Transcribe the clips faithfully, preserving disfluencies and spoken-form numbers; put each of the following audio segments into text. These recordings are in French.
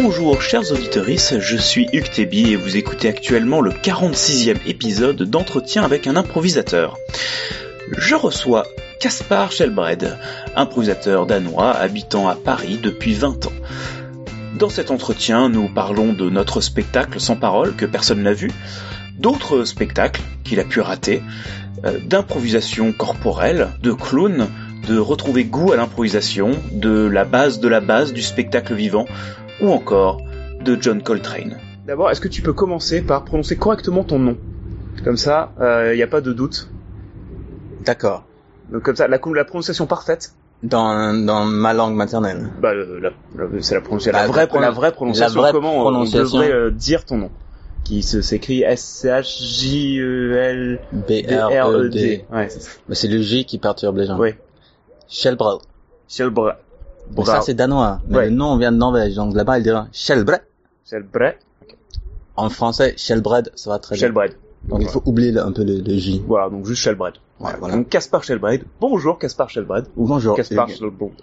Bonjour chers auditeurs, je suis Hugues Théby et vous écoutez actuellement le quarante-sixième épisode d'Entretien avec un improvisateur. Je reçois Caspar Skjelbred, improvisateur danois habitant à Paris depuis vingt ans. Dans cet entretien, nous parlons de notre spectacle sans parole que personne n'a vu, d'autres spectacles qu'il a pu rater, euh, d'improvisation corporelle, de clown, de retrouver goût à l'improvisation, de la base de la base du spectacle vivant, ou encore de John Coltrane. D'abord, est-ce que tu peux commencer par prononcer correctement ton nom ? Comme ça, il euh, n'y a pas de doute. D'accord. Donc comme ça, la, la prononciation parfaite. Dans, dans ma langue maternelle. Bah, la, la, c'est la prononciation, la, la, vraie, la vraie prononciation. La vraie comment prononciation. on devrait euh, dire ton nom, qui se, s'écrit S C H J E L B R E D. Ouais, c'est ça. Mais c'est le J qui perturbe les gens. Oui. Skjelbred. Skjelbred. Bon, ça c'est danois, mais ouais. Le nom vient de Norvège, donc là-bas il dira Skjelbred. Skjelbred. Okay. En français, Skjelbred, ça va très bien. Skjelbred. Donc voilà. Il faut oublier un peu le, le J. Voilà, donc juste Skjelbred. Ouais, voilà. Donc Caspar Skjelbred. Bonjour Caspar Skjelbred. Ou bonjour. Caspar Skjelbred.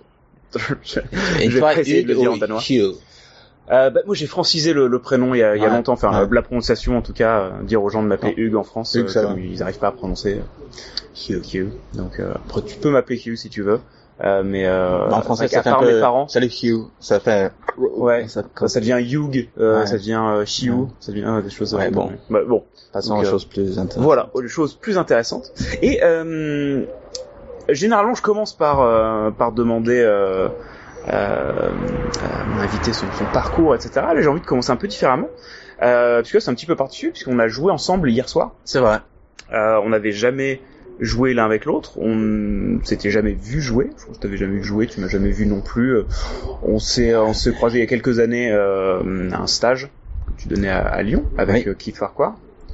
Et je toi, vais essayer de le dire en danois. Euh, bah, moi j'ai francisé le, le prénom il y a, il y a ouais. longtemps, enfin ouais. La prononciation en tout cas, euh, dire aux gens de m'appeler Hugues en France, Hugues, euh, comme ils n'arrivent pas à prononcer Hugh. Hugh. Donc euh, après tu peux m'appeler Hugh si tu veux. Euh, mais euh, bah en français ça fait un peu... mes parents, salut Hugh, ça fait ouais, ça, ça, ça devient Hugh, euh, ouais. ça devient euh, Chiu, ouais. ça devient euh, des choses ouais, euh, bon. Bah, bon, passons aux euh, choses plus intéressantes. Voilà, aux choses plus intéressantes. Et euh, généralement je commence par euh, par demander euh, euh, à mon invité son, son parcours, et cetera. Là j'ai envie de commencer un peu différemment, euh, parce que c'est un petit peu particulier puisqu'on a joué ensemble hier soir. C'est vrai. Euh, on n'avait jamais jouer l'un avec l'autre, on s'était jamais vu jouer, je crois que t'avais jamais vu jouer, tu m'as jamais vu non plus, on s'est on s'est croisé il y a quelques années euh, à un stage que tu donnais à, à Lyon avec oui. euh, Keith Farquhar,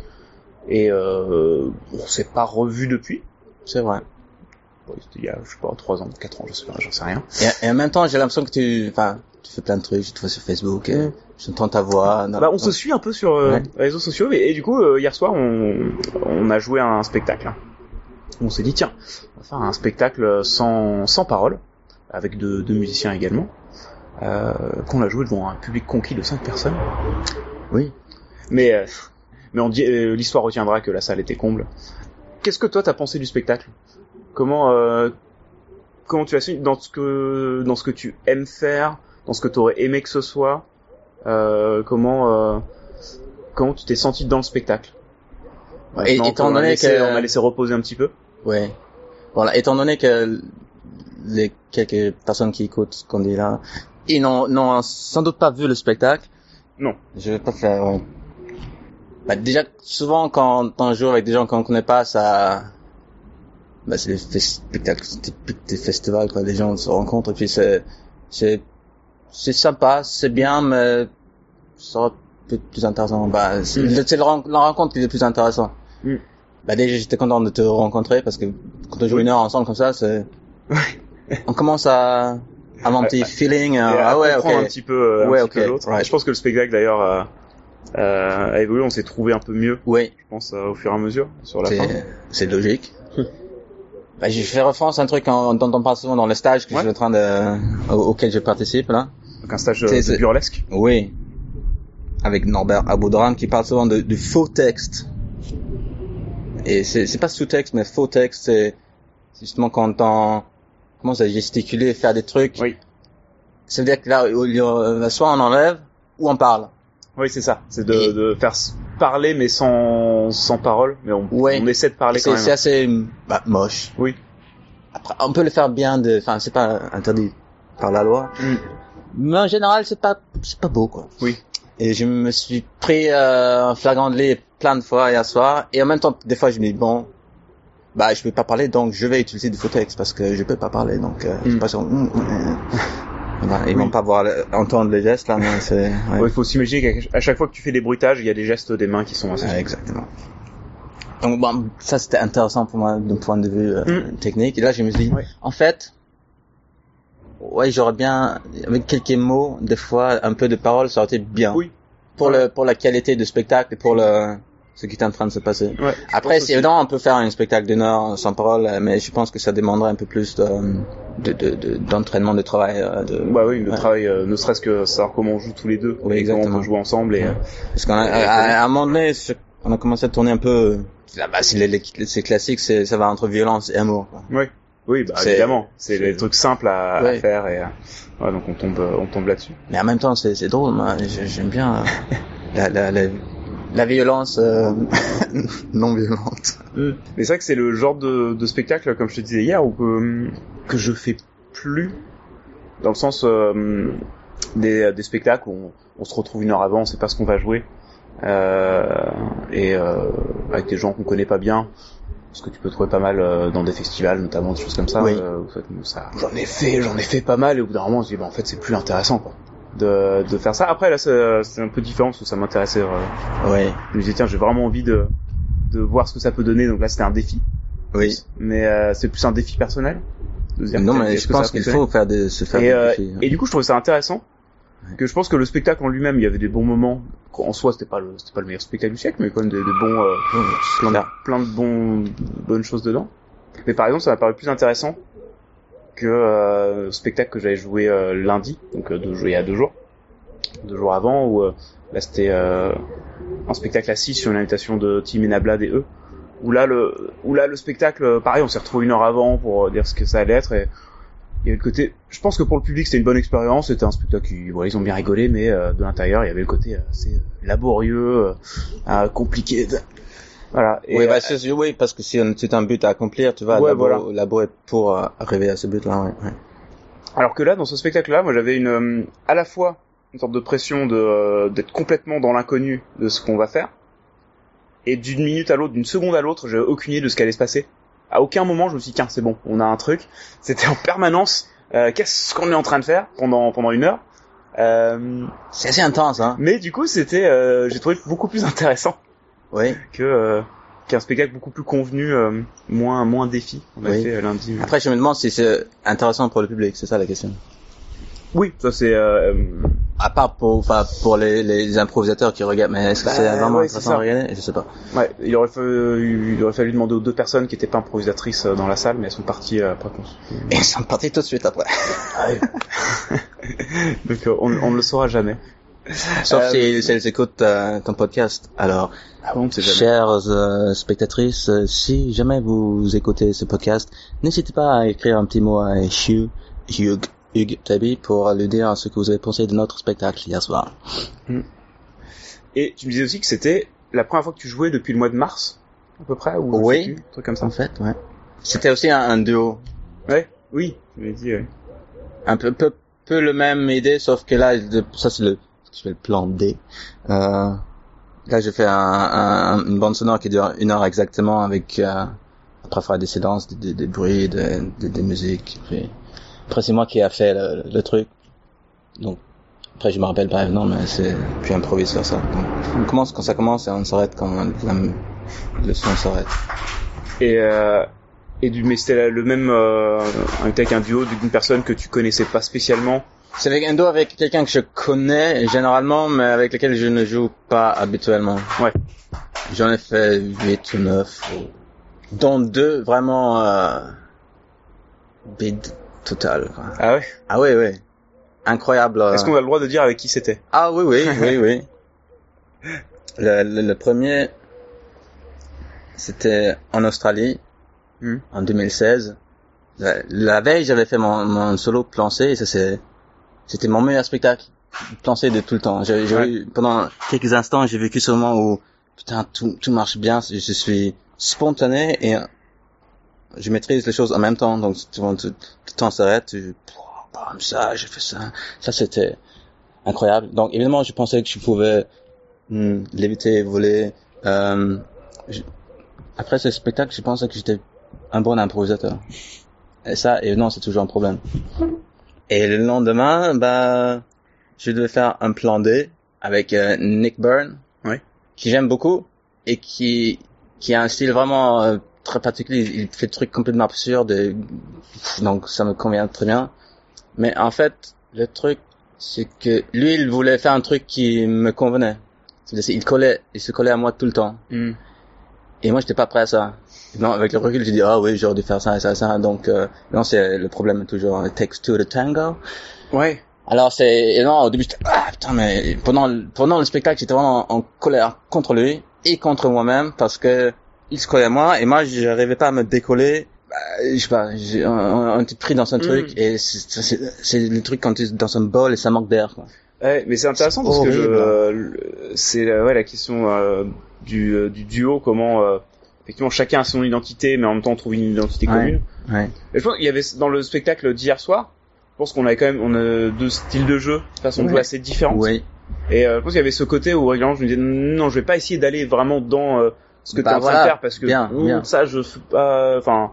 et euh, on s'est pas revu depuis. C'est vrai. Bon, c'était il y a, je sais pas, trois ans, quatre ans, je sais pas, j'en sais rien. Et, et en même temps, j'ai l'impression que tu, enfin, tu fais plein de trucs, je te vois sur Facebook, et j'entends ta voix. Bah, on se suit un peu sur euh, ouais. les réseaux sociaux, et, et du coup, euh, hier soir, on, on a joué à un spectacle. Hein. On s'est dit tiens, on va faire un spectacle sans sans parole, avec deux, deux musiciens également, euh, qu'on a joué devant un public conquis de cinq personnes. Oui. Mais euh, mais on dit euh, l'histoire retiendra que la salle était comble. Qu'est-ce que toi t'as pensé du spectacle ? Comment euh, comment tu as su dans ce que dans ce que tu aimes faire, dans ce que t'aurais aimé que ce soit, euh, comment euh, comment tu t'es senti dans le spectacle ? Et étant donné laissé, que on a laissé reposer un petit peu. Ouais. Voilà. Étant donné que les quelques personnes qui écoutent ce qu'on dit là, ils n'ont, n'ont sans doute pas vu le spectacle. Non. Je vais pas faire. Ouais. Bah déjà, souvent quand on joue avec des gens qu'on connaît pas, ça, bah c'est des spectacles typiques des festivals quoi. Les gens se rencontrent et puis c'est, c'est, c'est sympa, c'est bien, mais ça aurait pu être plus intéressant. Bah c'est, mm. c'est le, la rencontre qui est le plus intéressant. Mm. Bah déjà j'étais content de te rencontrer parce que quand on joue oui. une heure ensemble comme ça, c'est on commence à avoir un petit à, feeling, à, ah à ouais, comprendre okay. un petit peu, euh, ouais, un petit okay. peu l'autre. Right. Je pense que le spectacle d'ailleurs euh, euh, a évolué, on s'est trouvé un peu mieux. Oui. Je pense euh, au fur et à mesure sur la c'est, fin. C'est logique. Bah j'ai fait référence à un truc en, dont on parle souvent dans le stage que ouais. je suis en train de au, auquel je participe là. Donc un stage c'est, de c'est... burlesque. Oui. Avec Norbert Aboudran qui parle souvent de, de faux textes. Et c'est, c'est pas sous-texte, mais faux texte, c'est, c'est justement quand on commence à gesticuler, faire des trucs. Oui. Ça veut dire que là, soit on enlève, ou on parle. Oui, c'est ça. C'est de, et... de faire parler, mais sans, sans parole. Mais on, ouais. on essaie de parler c'est, quand même. C'est assez, bah, moche. Oui. Après, on peut le faire bien de, enfin, c'est pas interdit par la loi. Mm. Mais en général, c'est pas, c'est pas beau, quoi. Oui. Et je me suis pris, euh, un flagrant délit plein de fois hier soir, et en même temps, des fois, je me dis, bon, bah, je peux pas parler, donc je vais utiliser du faux texte, parce que je peux pas parler, donc, euh, mm. je passe en, mm, mm, bah, ils oui. vont pas voir, entendre les gestes, là, mais c'est, ouais. Ouais, il faut s'imaginer qu'à chaque fois que tu fais des bruitages, il y a des gestes des mains qui sont assez. Ah, exactement. Donc, bon, ça, c'était intéressant pour moi, d'un point de vue, euh, mm. technique, et là, je me suis dit, ouais. en fait, ouais, j'aurais bien, avec quelques mots, des fois, un peu de parole, ça aurait été bien. Oui. Pour ouais. le, pour la qualité du spectacle et pour le, ce qui est en train de se passer. Ouais, après, c'est évident, on peut faire un spectacle d'une heure sans parole, mais je pense que ça demanderait un peu plus de, de, de, de d'entraînement de travail euh, de bah oui le ouais. travail euh, ne serait-ce que savoir comment on joue tous les deux oui, exactement. comment on peut jouer ensemble et ouais. Parce qu'à à, à un moment donné on a commencé à tourner un peu là bah c'est les, les c'est classique c'est ça va entre violence et amour quoi. Oui oui bah c'est, évidemment c'est, c'est les trucs simples à, ouais. à faire et ouais, donc on tombe on tombe là-dessus mais en même temps c'est c'est drôle moi j'aime bien la la la la violence euh, non violente. Mm. Mais c'est vrai que c'est le genre de, de spectacle, comme je te disais hier, où que, que je fais plus, dans le sens euh, des, des spectacles où on, on se retrouve une heure avant, on sait pas ce qu'on va jouer, euh, et euh, avec des gens qu'on connaît pas bien, ce que tu peux trouver pas mal euh, dans des festivals, notamment des choses comme ça. Oui. Euh, ça j'en ai fait, j'en ai fait pas mal, et au bout d'un moment, on se dit, bah, en fait, c'est plus intéressant, quoi. De, de faire ça. Après là c'est, c'est un peu différent parce que ça m'intéressait. Euh, ouais. Je me disais tiens j'ai vraiment envie de de voir ce que ça peut donner donc là c'était un défi. Oui. Mais euh, c'est plus un défi personnel. De dire, non mais je pense qu'il faut faire des se faire et, des euh, défis. Et du coup je trouvais ça intéressant. Ouais. Que je pense que le spectacle en lui-même il y avait des bons moments. En soi c'était pas le c'était pas le meilleur spectacle du siècle mais quand même des, des bons euh, oh, plein, de, plein de bons bonnes choses dedans. Mais par exemple ça m'a paru plus intéressant que euh, le spectacle que j'avais joué euh, lundi, donc euh, de jouer il y a deux jours, deux jours avant, où euh, là c'était euh, un spectacle assis sur une invitation de Tim et Nablad et eux, où là le, où là le spectacle, pareil, on s'est retrouvé une heure avant pour dire ce que ça allait être, et il y avait le côté, je pense que pour le public c'était une bonne expérience, c'était un spectacle qui, voilà, ils ont bien rigolé, mais euh, de l'intérieur il y avait le côté assez laborieux, euh, compliqué. De... Voilà. Et oui, bah, c'est, oui, parce que si c'est un but à accomplir, tu vas ouais, labor, voilà. laborer pour euh, arriver à ce but-là. Ouais, ouais. Alors que là, dans ce spectacle-là, moi, j'avais une, euh, à la fois une sorte de pression de euh, d'être complètement dans l'inconnu de ce qu'on va faire, et d'une minute à l'autre, d'une seconde à l'autre, j'avais aucune idée de ce qui allait se passer. À aucun moment, je me suis dit, tiens, c'est bon, on a un truc. C'était en permanence, euh, qu'est-ce qu'on est en train de faire pendant pendant une heure. Euh, c'est assez intense, hein. Mais du coup, c'était, euh, j'ai trouvé beaucoup plus intéressant. Oui. Que euh, qu'un spectacle beaucoup plus convenu, euh, moins moins défi. On a oui. fait euh, lundi. Après, je me demande si c'est intéressant pour le public, c'est ça la question. Oui, ça c'est. Euh, à part pour, enfin, pour les, les improvisateurs qui regardent, mais est-ce que bah, c'est vraiment ouais, intéressant à regarder? Je sais pas. Ouais, il aurait fallu, il aurait fallu demander aux deux personnes qui étaient pas improvisatrices dans la salle, mais elles sont parties euh, après. Et elles sont parties tout de suite après. Donc euh, on, on ne le saura jamais. Sauf euh, si, si elles écoutent euh, ton podcast. Alors, ah bon, chères euh, spectatrices, euh, si jamais vous écoutez ce podcast, n'hésitez pas à écrire un petit mot à Hugh, Hugh, Hugh Tabi pour lui dire ce que vous avez pensé de notre spectacle hier soir. Mm. Et tu me disais aussi que c'était la première fois que tu jouais depuis le mois de mars, à peu près, ou oui, un truc comme ça. En fait, ouais. C'était aussi un, un duo. Ouais, oui, tu m'as dit. Ouais. Un peu, peu, peu le même idée, sauf que là, ça c'est le je fais le plan D. Euh, là, j'ai fait un, un, une bande sonore qui dure une heure exactement avec, euh, après faire des silences, des, des, des bruits, des, des, des musiques. Puis, après, c'est moi qui a fait le, le truc. Donc, après, je me rappelle pas, non, mais c'est, puis improvise sur ça. Donc, on commence quand ça commence et on s'arrête quand la, le son s'arrête. Et, euh, et du, mais c'était le même, euh, avec un duo d'une personne que tu connaissais pas spécialement. C'est avec un duo avec quelqu'un que je connais généralement, mais avec lequel je ne joue pas habituellement. Ouais. J'en ai fait huit ou neuf, dont deux vraiment euh, bid total. Quoi. Ah ouais. Ah oui, oui. Incroyable. Euh... Est-ce qu'on a le droit de dire avec qui c'était? Ah oui, oui, oui, oui. Le, le, le premier, c'était en Australie, hmm. en deux mille seize. La, la veille, j'avais fait mon, mon solo plan C et ça c'est C'était mon meilleur spectacle lancé de tout le temps. J'ai, j'ai ouais. eu, pendant quelques instants, j'ai vécu ce moment où putain tout tout marche bien. Je suis spontané et je maîtrise les choses en même temps. Donc tout, tout, tout le temps s'arrête. Tu, bam, ça, j'ai fait ça. Ça c'était incroyable. Donc évidemment, je pensais que je pouvais hmm, léviter, voler. Euh, je, après ce spectacle, je pensais que j'étais un bon improvisateur. Et ça, évidemment, c'est toujours un problème. Et le lendemain, bah, je devais faire un plan D avec euh, Nick Byrne, oui. qui j'aime beaucoup et qui qui a un style vraiment euh, très particulier. Il fait des trucs complètement absurdes, et, donc ça me convient très bien. Mais en fait, le truc, c'est que lui, il voulait faire un truc qui me convenait. C'est-à-dire, il collait, il se collait à moi tout le temps. Mm. Et moi, j'étais pas prêt à ça. Non, avec le recul, j'ai dit, ah oui, j'aurais dû faire ça et ça et ça. Donc, euh, non, c'est le problème est toujours, it takes two to tango. Ouais. Alors, c'est, et non, au début, j'étais, ah, putain, mais pendant, pendant le spectacle, j'étais vraiment en, en colère contre lui et contre moi-même parce que il se collait à moi et moi, j'arrivais pas à me décoller. Bah, je sais pas, j'ai, on, on était pris dans un truc mm. et c'est, c'est, c'est le truc quand tu es dans un bol et ça manque d'air, quoi. Ouais, mais c'est intéressant c'est parce horrible. que je, euh, c'est, ouais, la question, euh, du, euh, du duo, comment, euh, effectivement, chacun a son identité, mais en même temps, on trouve une identité ouais, commune. Ouais. Et je pense qu'il y avait, dans le spectacle d'hier soir, je pense qu'on avait quand même, on a deux styles de jeu, façon ouais. de jouer assez différentes. Oui. Et, euh, je pense qu'il y avait ce côté où, régulièrement, je me disais, non, je vais pas essayer d'aller vraiment dans, euh, ce que bah, t'es en train voilà. de faire, parce que, bien, oh, bien. ça, je fais pas, enfin,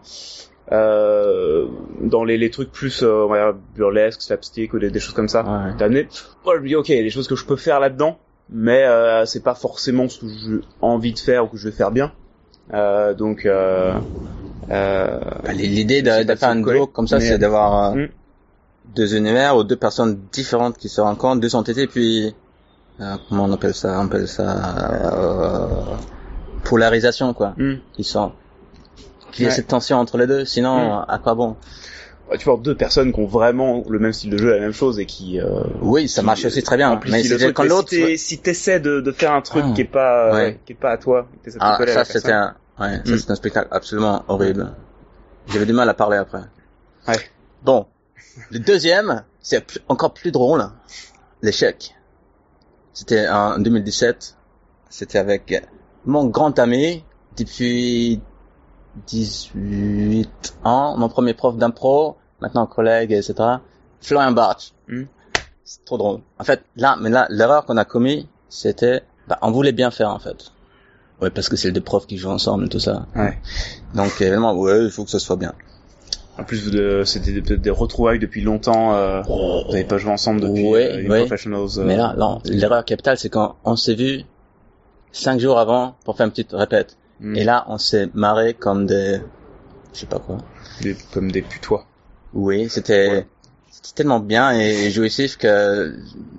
euh, dans les, les trucs plus, euh, on va dire, burlesque, slapstick, ou des, des choses comme ça. Ouais. T'as amené, moi, je me dis, ok, il y a des choses que je peux faire là-dedans, mais, euh, c'est pas forcément ce que j'ai envie de faire ou que je vais faire bien. Euh, donc, euh, euh, bah, l'idée de, de faire un duo comme ça, mais, c'est d'avoir euh, mm. deux univers ou deux personnes différentes qui se rencontrent, deux entités, puis euh, comment on appelle ça, on appelle ça euh, polarisation, quoi. Mm. Qui sont, qu'il y ait ouais. cette tension entre les deux. Sinon, mm. à quoi bon? Ouais, tu vois deux personnes qui ont vraiment le même style de jeu, la même chose et qui. Euh, oui, ça qui, marche aussi très bien. Mais c'est quand l'autre, si, si t'essaies de, de faire un truc ah. qui est pas, ouais. qui est pas à toi, t'essaies de ah, te coller ça à la c'était un, ouais, mm. ça c'est un spectacle absolument horrible. J'avais du mal à parler après. Ouais. Bon, le deuxième, c'est plus, encore plus drôle. L'échec. C'était en deux mille dix-sept. C'était avec mon grand ami depuis dix-huit ans, mon premier prof d'impro, maintenant collègue, et cetera. Florian Bartsch. Mm. C'est trop drôle. En fait, là, mais là, l'erreur qu'on a commis, c'était, bah, on voulait bien faire, en fait. Ouais, parce que c'est les deux profs qui jouent ensemble et tout ça. Ouais. Donc, évidemment, ouais, il faut que ça soit bien. En plus, de, c'était peut-être des retrouvailles depuis longtemps, euh, oh, vous n'avez pas joué ensemble depuis, ouais, euh, ouais. Professionals. Euh... Mais là, non, l'erreur capitale, c'est quand on s'est vu cinq jours avant pour faire une petite répète. Mm. Et là, on s'est marré comme des, je sais pas quoi. Des, comme des putois. Oui, c'était, ouais. c'était tellement bien et jouissif que,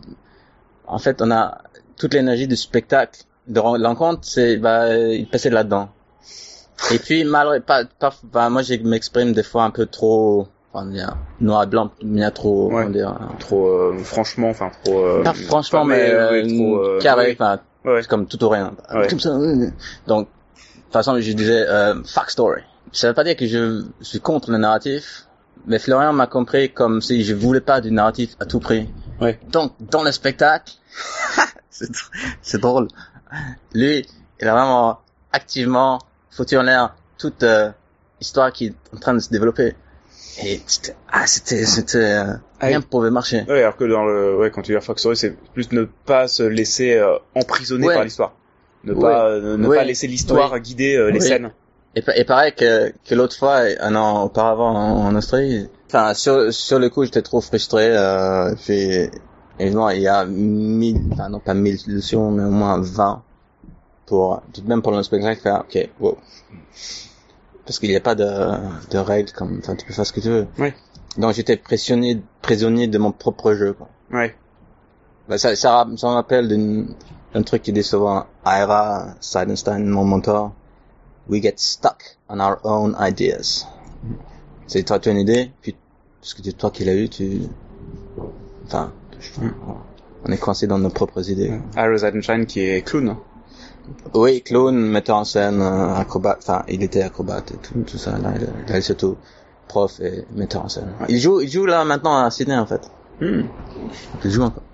en fait, on a toute l'énergie du spectacle, de l'encontre, c'est, bah, il passait là-dedans. Et puis, malgré, pas, pas, bah, moi, je m'exprime des fois un peu trop, enfin, dire, noir et blanc, bien trop, ouais. comment dire. Trop, euh, franchement, enfin, trop, euh, pas franchement, pas, mais, mais oui, trop, euh, carré, enfin, ouais. c'est comme tout ou rien. Ouais. Comme ça, donc, de toute façon, je disais, euh, fact story. Ça veut pas dire que je suis contre le narratif, mais Florian m'a compris comme si je voulais pas du narratif à tout prix. Ouais. Donc, dans le spectacle, c'est, c'est drôle. Lui, il a vraiment activement foutu en l'air toute euh, histoire qui est en train de se développer. Et c'était, ah, c'était, c'était, euh, ah, rien ne pouvait marcher. Ouais, alors que dans le, ouais, quand tu dis Fact Story, c'est plus ne pas se laisser euh, emprisonner ouais. par l'histoire. Ne ouais. pas, euh, ne ouais. pas laisser l'histoire ouais. guider euh, les ouais. scènes. Et, et pareil que, que l'autre fois, un an auparavant en, en Australie, enfin, sur, sur le coup, j'étais trop frustré, euh, puis, évidemment, il y a mille, enfin, non pas mille solutions, mais au moins vingt pour, même pour le spectacle, faire, ok, wow. Parce qu'il n'y a pas de, de règles comme, enfin, tu peux faire ce que tu veux. Oui. Donc, j'étais pressionné, prisonnier de mon propre jeu, quoi. Ouais. Bah, ça, ça, ça me rappelle d'une, d'un truc qui dit souvent, Ira Seidenstein, mon mentor. We get stuck on our own ideas. C'est toi, tu as une idée, puis, parce que c'est toi qui l'as eu, tu, enfin, mm. on est coincé dans nos propres idées. Ira Seidenstein qui est clown. Oui, clown, metteur en scène, acrobate, enfin, il était acrobate et tout, tout ça, là, il est surtout prof et metteur en scène. Ouais. Il joue, il joue là maintenant à Sydney, en fait. Mm. Il joue encore.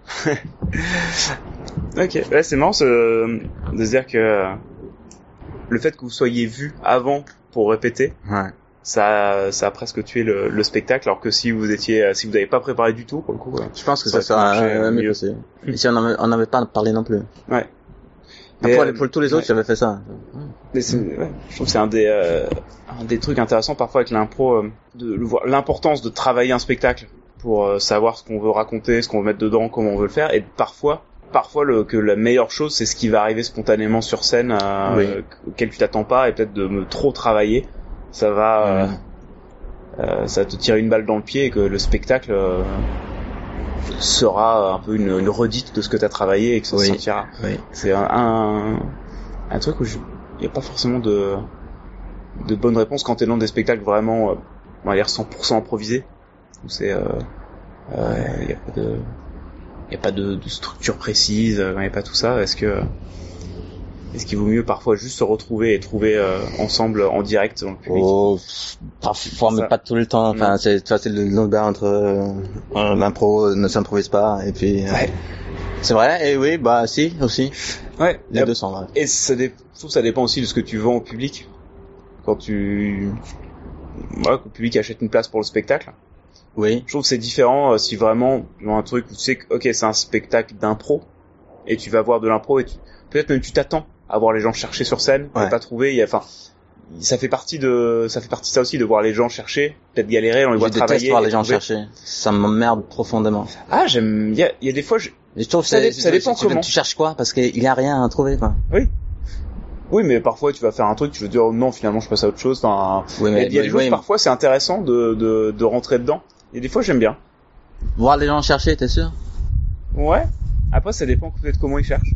Ok, ouais, c'est marrant ce, de se dire que le fait que vous soyez vu avant pour répéter, ouais. ça, ça a presque tué le, le spectacle, alors que si vous étiez, si vous n'avez pas préparé du tout, pour le coup, ouais, je pense que ça, ça serait euh, mieux passé. Mm. Et si on n'avait pas parlé non plus. Ouais. Mais pour, euh, pour tous les autres, ouais. j'avais fait ça. Mais c'est, ouais, je trouve que c'est un des, euh, un des trucs intéressants parfois avec l'impro, euh, de le voir, l'importance de travailler un spectacle pour euh, savoir ce qu'on veut raconter, ce qu'on veut mettre dedans, comment on veut le faire, et parfois, parfois le, que la meilleure chose, c'est ce qui va arriver spontanément sur scène, euh, oui. euh, auquel tu t'attends pas, et peut-être de me trop travailler, ça va, euh, mmh. euh, ça va te tirer une balle dans le pied, et que le spectacle euh, sera un peu une, une redite de ce que t'as travaillé et que ça oui. se sentira. Oui. C'est un, un, un truc où il n'y a pas forcément de de bonnes réponses quand t'es dans des spectacles vraiment, euh, on va dire cent pour cent improvisés, où c'est, euh, euh, y a pas de, y a pas de, de structure précise, il y a pas tout ça. Est-ce que, est-ce qu'il vaut mieux parfois juste se retrouver et trouver euh, ensemble en direct dans le public? Oh, parfois, mais pas tout le temps. Enfin, non. c'est, tu vois, c'est le long barre entre euh, l'impro ne s'improvise pas et puis. Euh, ouais. C'est vrai. Et oui, bah si aussi. Ouais. Les deux sont vrais. Et ça, dé... je trouve que ça dépend aussi de ce que tu vends au public. Quand tu, voilà, quand le public achète une place pour le spectacle. Oui. Je trouve que c'est différent euh, si vraiment tu vois un truc où tu sais que ok c'est un spectacle d'impro et tu vas voir de l'impro et tu... peut-être même tu t'attends à voir les gens chercher sur scène, ouais. et pas trouver. Il y a, enfin, ça fait partie de, ça fait partie de ça aussi de voir les gens chercher, peut-être galérer, on les voit travailler. Je déteste voir les gens trouver. chercher. Ça m'emmerde profondément. Ah j'aime, il y a, il y a des fois je. je trouve ça, dé- ça dépend tu, comment. Tu cherches quoi parce qu'il y a rien à trouver quoi. Oui. Oui, mais parfois tu vas faire un truc, tu veux dire non, finalement je passe à autre chose. Enfin, oui, mais il y a des oui, choses, parfois c'est intéressant de, de de rentrer dedans. Et des fois j'aime bien. Voir les gens chercher, t'es sûr? Ouais. Après ça dépend peut-être comment ils cherchent.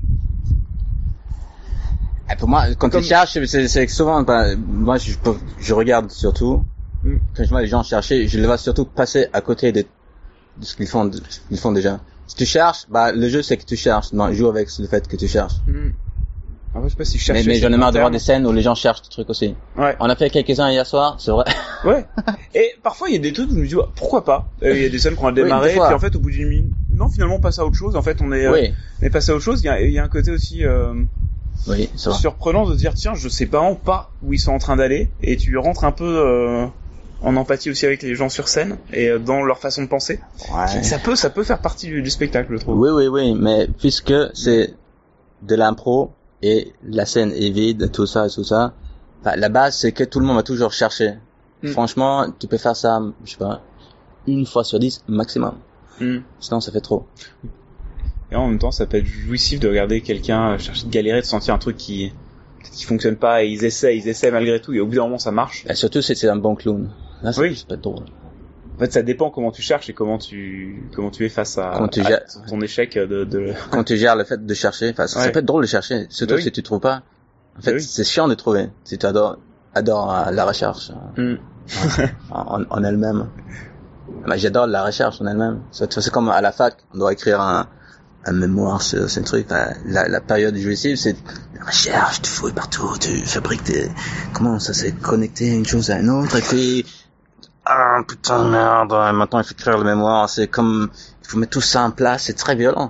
Et pour moi, quand Comme... ils cherchent, c'est, c'est souvent, bah, moi je, je regarde surtout. Mm. Quand je vois les gens chercher, je les vois surtout passer à côté de, de ce qu'ils font, de ce qu'ils font déjà. Si tu cherches, bah le jeu c'est que tu cherches. Non, joue avec le fait que tu cherches. Mm. Alors, je sais pas si je cherche. Mais, mais j'en ai marre de voir des scènes où les gens cherchent des trucs aussi. Ouais. On a fait quelques-uns hier soir, c'est vrai. Ouais. Et parfois il y a des trucs où je me dis ouais, pourquoi pas. Il euh, y a des scènes qu'on a démarré, oui, puis en fait au bout d'une minute, non finalement on passe à autre chose. En fait on est, oui. euh, on est passé à autre chose. Il y a, il y a un côté aussi euh, oui, c'est surprenant de dire tiens je sais pas pas où ils sont en train d'aller et tu rentres un peu euh, en empathie aussi avec les gens sur scène et euh, dans leur façon de penser. Ouais. Ça peut ça peut faire partie du, du spectacle je trouve. Oui oui oui mais puisque c'est de l'impro. Et la scène est vide, tout ça, tout ça. Enfin, la base, c'est que tout le monde va toujours chercher. Mm. Franchement, tu peux faire ça, je sais pas, une fois sur dix maximum. Mm. Sinon, ça fait trop. Et en même temps, ça peut être jouissif de regarder quelqu'un chercher de galérer, de sentir un truc qui peut-être qui fonctionne pas et ils essaient, ils essaient malgré tout et au bout d'un moment, ça marche. Et surtout, c'est, c'est un bon clown. Là, ça oui. peut être drôle. En fait, ça dépend comment tu cherches et comment tu comment tu es face à, quand tu à gères... ton échec de, de... Quand tu gères le fait de chercher, enfin, ça ouais. peut être drôle de chercher, surtout oui. si tu trouves pas. En fait, oui. c'est chiant de trouver. Si tu adores adores la recherche mm. en, en elle-même. Bah, j'adore la recherche en elle-même. C'est, c'est comme à la fac, on doit écrire un un mémoire sur ces trucs. La, la période jouissive, c'est la recherche, tu fouilles partout, tu fabriques des... Comment ça s'est connecté une chose à une autre et puis... Ah putain de merde, maintenant il faut écrire le mémoire, c'est comme il faut mettre tout ça en place, c'est très violent.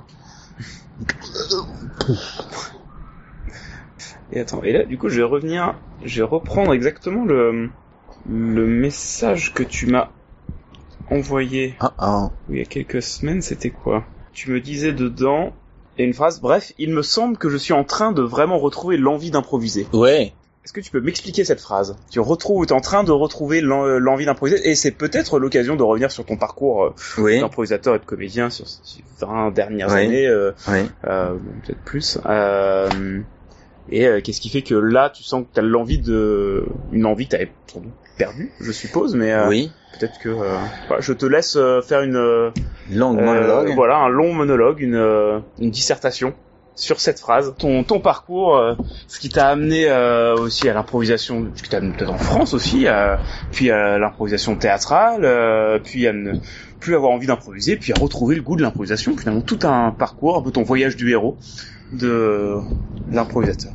Et attends, et là du coup je vais revenir, je vais reprendre exactement le le message que tu m'as envoyé oh oh. il y a quelques semaines, c'était quoi? Tu me disais dedans, et une phrase, bref, il me semble que je suis en train de vraiment retrouver l'envie d'improviser. Ouais. Est-ce que tu peux m'expliquer cette phrase? Tu retrouves, t'es en train de retrouver l'envie d'improviser, et c'est peut-être l'occasion de revenir sur ton parcours euh, oui. d'improvisateur et de comédien sur ces vingt dernières oui. années, euh, oui. euh, peut-être plus. Euh, et euh, qu'est-ce qui fait que là, tu sens que t'as l'envie de, une envie que t'avais perdue, je suppose, mais euh, oui. peut-être que euh, voilà, je te laisse euh, faire une euh, longue monologue. Euh, voilà, un long monologue, une, euh, une dissertation. Sur cette phrase, ton ton parcours, euh, ce qui t'a amené euh, aussi à l'improvisation, ce qui t'a amené peut-être en France aussi, euh, puis à l'improvisation théâtrale, euh, puis à ne plus avoir envie d'improviser, puis à retrouver le goût de l'improvisation, finalement tout un parcours, un peu ton voyage du héros de l'improvisateur.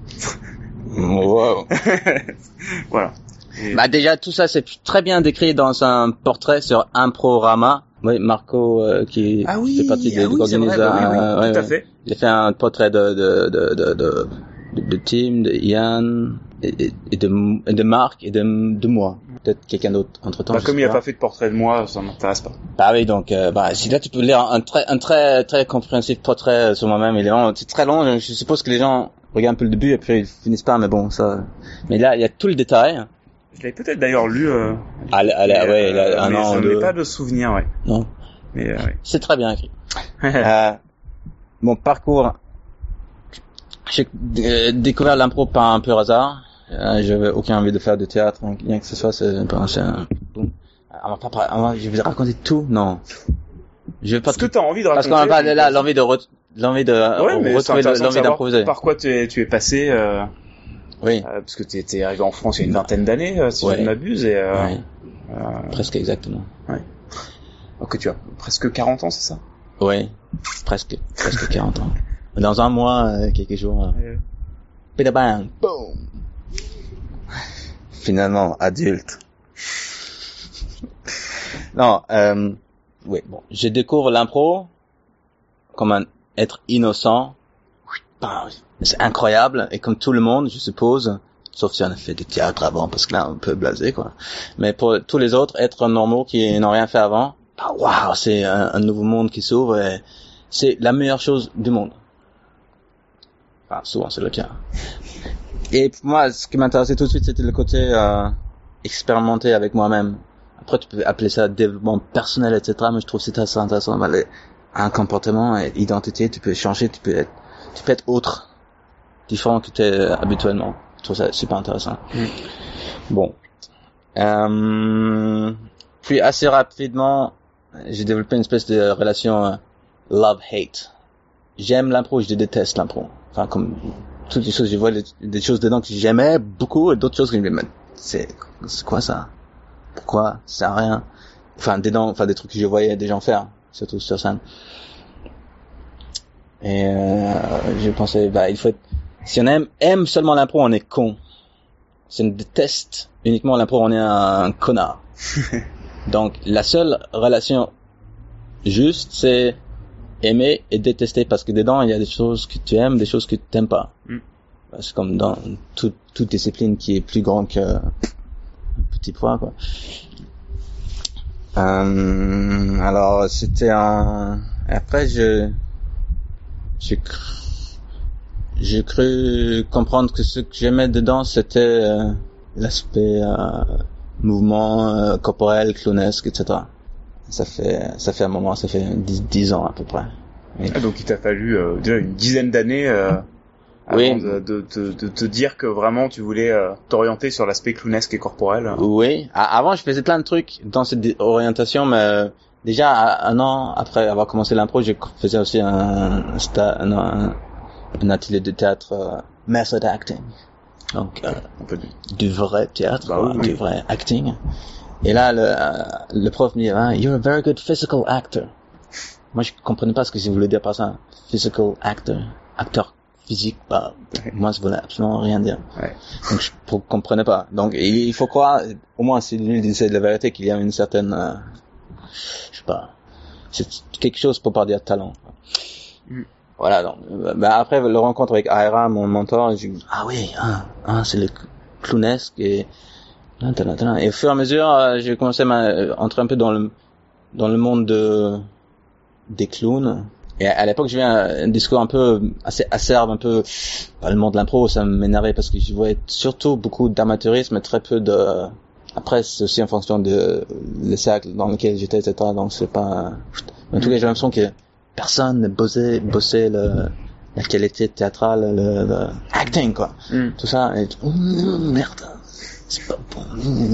Wow. Voilà. Et... Bah déjà tout ça c'est très bien décrit dans un portrait sur Improrama. Oui, Marco euh, qui ah oui, fait partie ah des oui, organisateurs. Oui, oui, euh, tout ouais, à fait. Il a fait un portrait de de de de de, de, de Tim, de Ian et, et de et de Marc et de de moi. Peut-être quelqu'un d'autre entre temps. Bah, comme il a pas fait de portrait de moi, ça m'intéresse pas. Bah oui, donc euh, bah si là tu peux lire un très un très très compréhensif portrait sur moi-même. Il est long, c'est très long. Je suppose que les gens regardent un peu le début et puis ils finissent pas. Mais bon, ça. Mais là il y a tout le détail. Je l'avais peut-être d'ailleurs lu. Euh, ah, ah, là, ouais, euh, là, un mais an je ou deux. n'ai pas de souvenir, ouais. Non. Mais euh, ouais. C'est très bien écrit. euh, mon parcours, j'ai euh, découvert l'impro par un pur hasard. Euh, j'avais aucune envie de faire de théâtre, hein, rien que ce soit, c'est un peu un chien. Bon. Alors, pas, alors, je vais raconter tout, non. Je vais pas. Ce que t'as envie de raconter. Parce qu'on a pas là l'envie de re... l'envie de ouais, re- retrouver l'envie d'improviser. Par quoi tu es, tu es passé. Euh... Oui. Euh, parce que t'es, t'es arrivé en France il y a une vingtaine d'années, euh, si ouais. je ne m'abuse, et euh, ouais. euh... presque exactement. Ouais. Donc tu as presque quarante ans, c'est ça? Oui, presque, presque quarante ans. Dans un mois, euh, quelques jours. Euh... Ouais. Bang, boom. Finalement, adulte. Non, euh, oui, bon, je découvre l'impro comme un être innocent. C'est incroyable, et comme tout le monde, je suppose, sauf si on a fait du théâtre avant, parce que là, on peut blaser, quoi. Mais pour tous les autres êtres normaux qui n'ont rien fait avant, waouh, wow, c'est un, un nouveau monde qui s'ouvre, et c'est la meilleure chose du monde. Enfin, souvent, c'est le cas. Et pour moi, ce qui m'intéressait tout de suite, c'était le côté euh, expérimenter avec moi-même. Après, tu peux appeler ça développement personnel, et cetera. Mais je trouve que c'est assez intéressant. Bah, les, un comportement, une identité, tu peux changer, tu peux être, tu peux être autre, différent que tu es habituellement. Je trouve ça super intéressant. Mm. Bon. Euh, puis assez rapidement, j'ai développé une espèce de relation euh, love-hate. J'aime l'impro, je déteste l'impro. Enfin, comme toutes les choses, je vois des, des choses dedans que j'aimais beaucoup et d'autres choses que je me dis, c'est, c'est quoi ça? Pourquoi? Ça sert à rien. Enfin, dedans, enfin, des trucs que je voyais des gens faire, surtout sur scène. Et, euh, j'ai pensé, bah, il faut être, si on aime, aime seulement l'impro, on est con. Si on déteste uniquement l'impro, on est un, un connard. Donc, la seule relation juste, c'est aimer et détester, parce que dedans, il y a des choses que tu aimes, des choses que tu n'aimes pas. Mm. C'est comme dans toute, toute discipline qui est plus grande qu'un petit point, quoi. Euh, alors, c'était un... Après, je... J'ai cru... J'ai cru comprendre que ce que j'aimais dedans, c'était euh, l'aspect euh, mouvement euh, corporel, clownesque, et cetera. Ça fait, ça fait un moment, ça fait dix, dix ans à peu près. Oui. Ah, donc il t'a fallu euh, déjà une dizaine d'années euh, avant oui. de, de, de, de te dire que vraiment tu voulais euh, t'orienter sur l'aspect clownesque et corporel. Oui. Avant, je faisais plein de trucs dans cette orientation, mais euh, déjà un an après avoir commencé l'impro, je faisais aussi un, un, sta- un, un, un atelier de théâtre euh, method acting. Donc euh, du vrai théâtre, bah, oui, du oui. vrai acting. Et là, le, euh, le prof me dit, ah, you're a very good physical actor. Moi, je comprenais pas ce que je voulais dire par ça. Physical actor, acteur physique. Bah, ouais. Moi, ça voulait absolument rien dire. Ouais. Donc, je ne comprenais pas. Donc, il faut croire, au moins, si lui disait la vérité, qu'il y a une certaine, euh, je sais pas, c'est quelque chose pour pas dire talent. Mm. Voilà. Donc, bah, après le rencontre avec Aira, mon mentor, j'ai dit, ah oui, ah, ah, c'est le clownesque et Et au fur et à mesure, euh, j'ai commencé à entrer un peu dans le dans le monde de des clowns. Et à, à l'époque, je viens un discours un peu assez acerbe, un peu bah, le monde de l'impro, ça m'énervait parce que je voyais surtout beaucoup d'amateurisme et très peu de. Après, c'est aussi en fonction de le cercle dans lequel j'étais, et cetera. Donc c'est pas. En tout cas, j'ai l'impression que personne ne bossait bossait le la qualité théâtrale, le, le acting quoi. Mm. Tout ça. Et, oh, merde. C'est pas bon.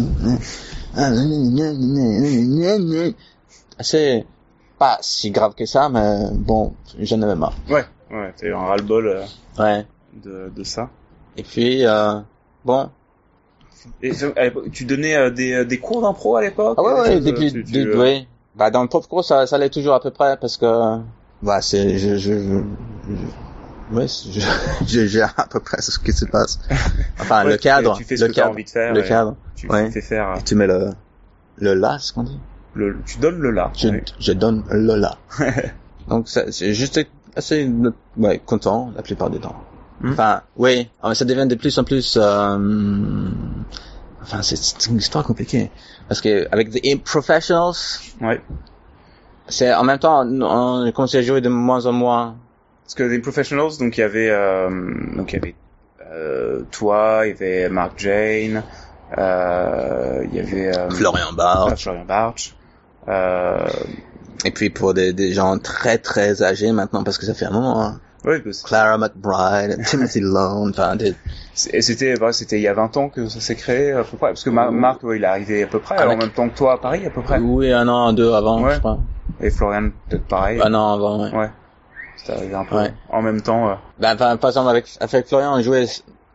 C'est pas si grave que ça, mais bon, j'en avais marre. Ouais, ouais, t'as eu un ras-le-bol euh, ouais. de, de ça. Et puis, euh, bon. Et tu donnais euh, des, des cours d'impro à l'époque? Ah ouais, ouais, choses, depuis, tu, tu, de, euh... oui. Bah, dans le prof cours, ça, ça allait toujours à peu près, parce que, bah, c'est, je, je, je, je ouais, je, je gère à peu près ce qui se passe. Enfin, ouais, le cadre, tu fais ce le que cadre, t'as envie de faire. Le cadre. Tu ouais. fais faire. Et tu mets le, le là, ce qu'on dit. Le, tu donnes le là. Je, ouais. je donne le là. Donc, ça, c'est juste assez, ouais, content la plupart du temps. Mm. Enfin, oui, ça devient de plus en plus, euh, enfin, c'est, c'est une histoire compliquée. Parce que, avec The Professionals. Ouais. C'est, en même temps, on a commencé à jouer de moins en moins. Parce que The Professionals, donc il y avait, euh, donc il y avait, euh, toi, il y avait Mark Jane, euh, il y avait, euh, Florian Bartsch. Euh, Florian Bartsch. Euh, et puis pour des, des gens très très âgés maintenant, parce que ça fait un moment, hein. Oui, parce que Clara McBride, Timothy Lone, enfin des... Et c'était, bah, c'était il y a vingt ans que ça s'est créé, à peu près, parce que Mar- Marc, ouais, il est arrivé à peu près, alors en même temps que toi à Paris, à peu près. Oui, un an, deux avant, ouais. je crois. Et Florian, peut-être pareil. Un an avant, ouais. Ouais. C'était arrivé un peu ouais. en même temps. Euh... Ben, par exemple, avec, avec Florian, on jouait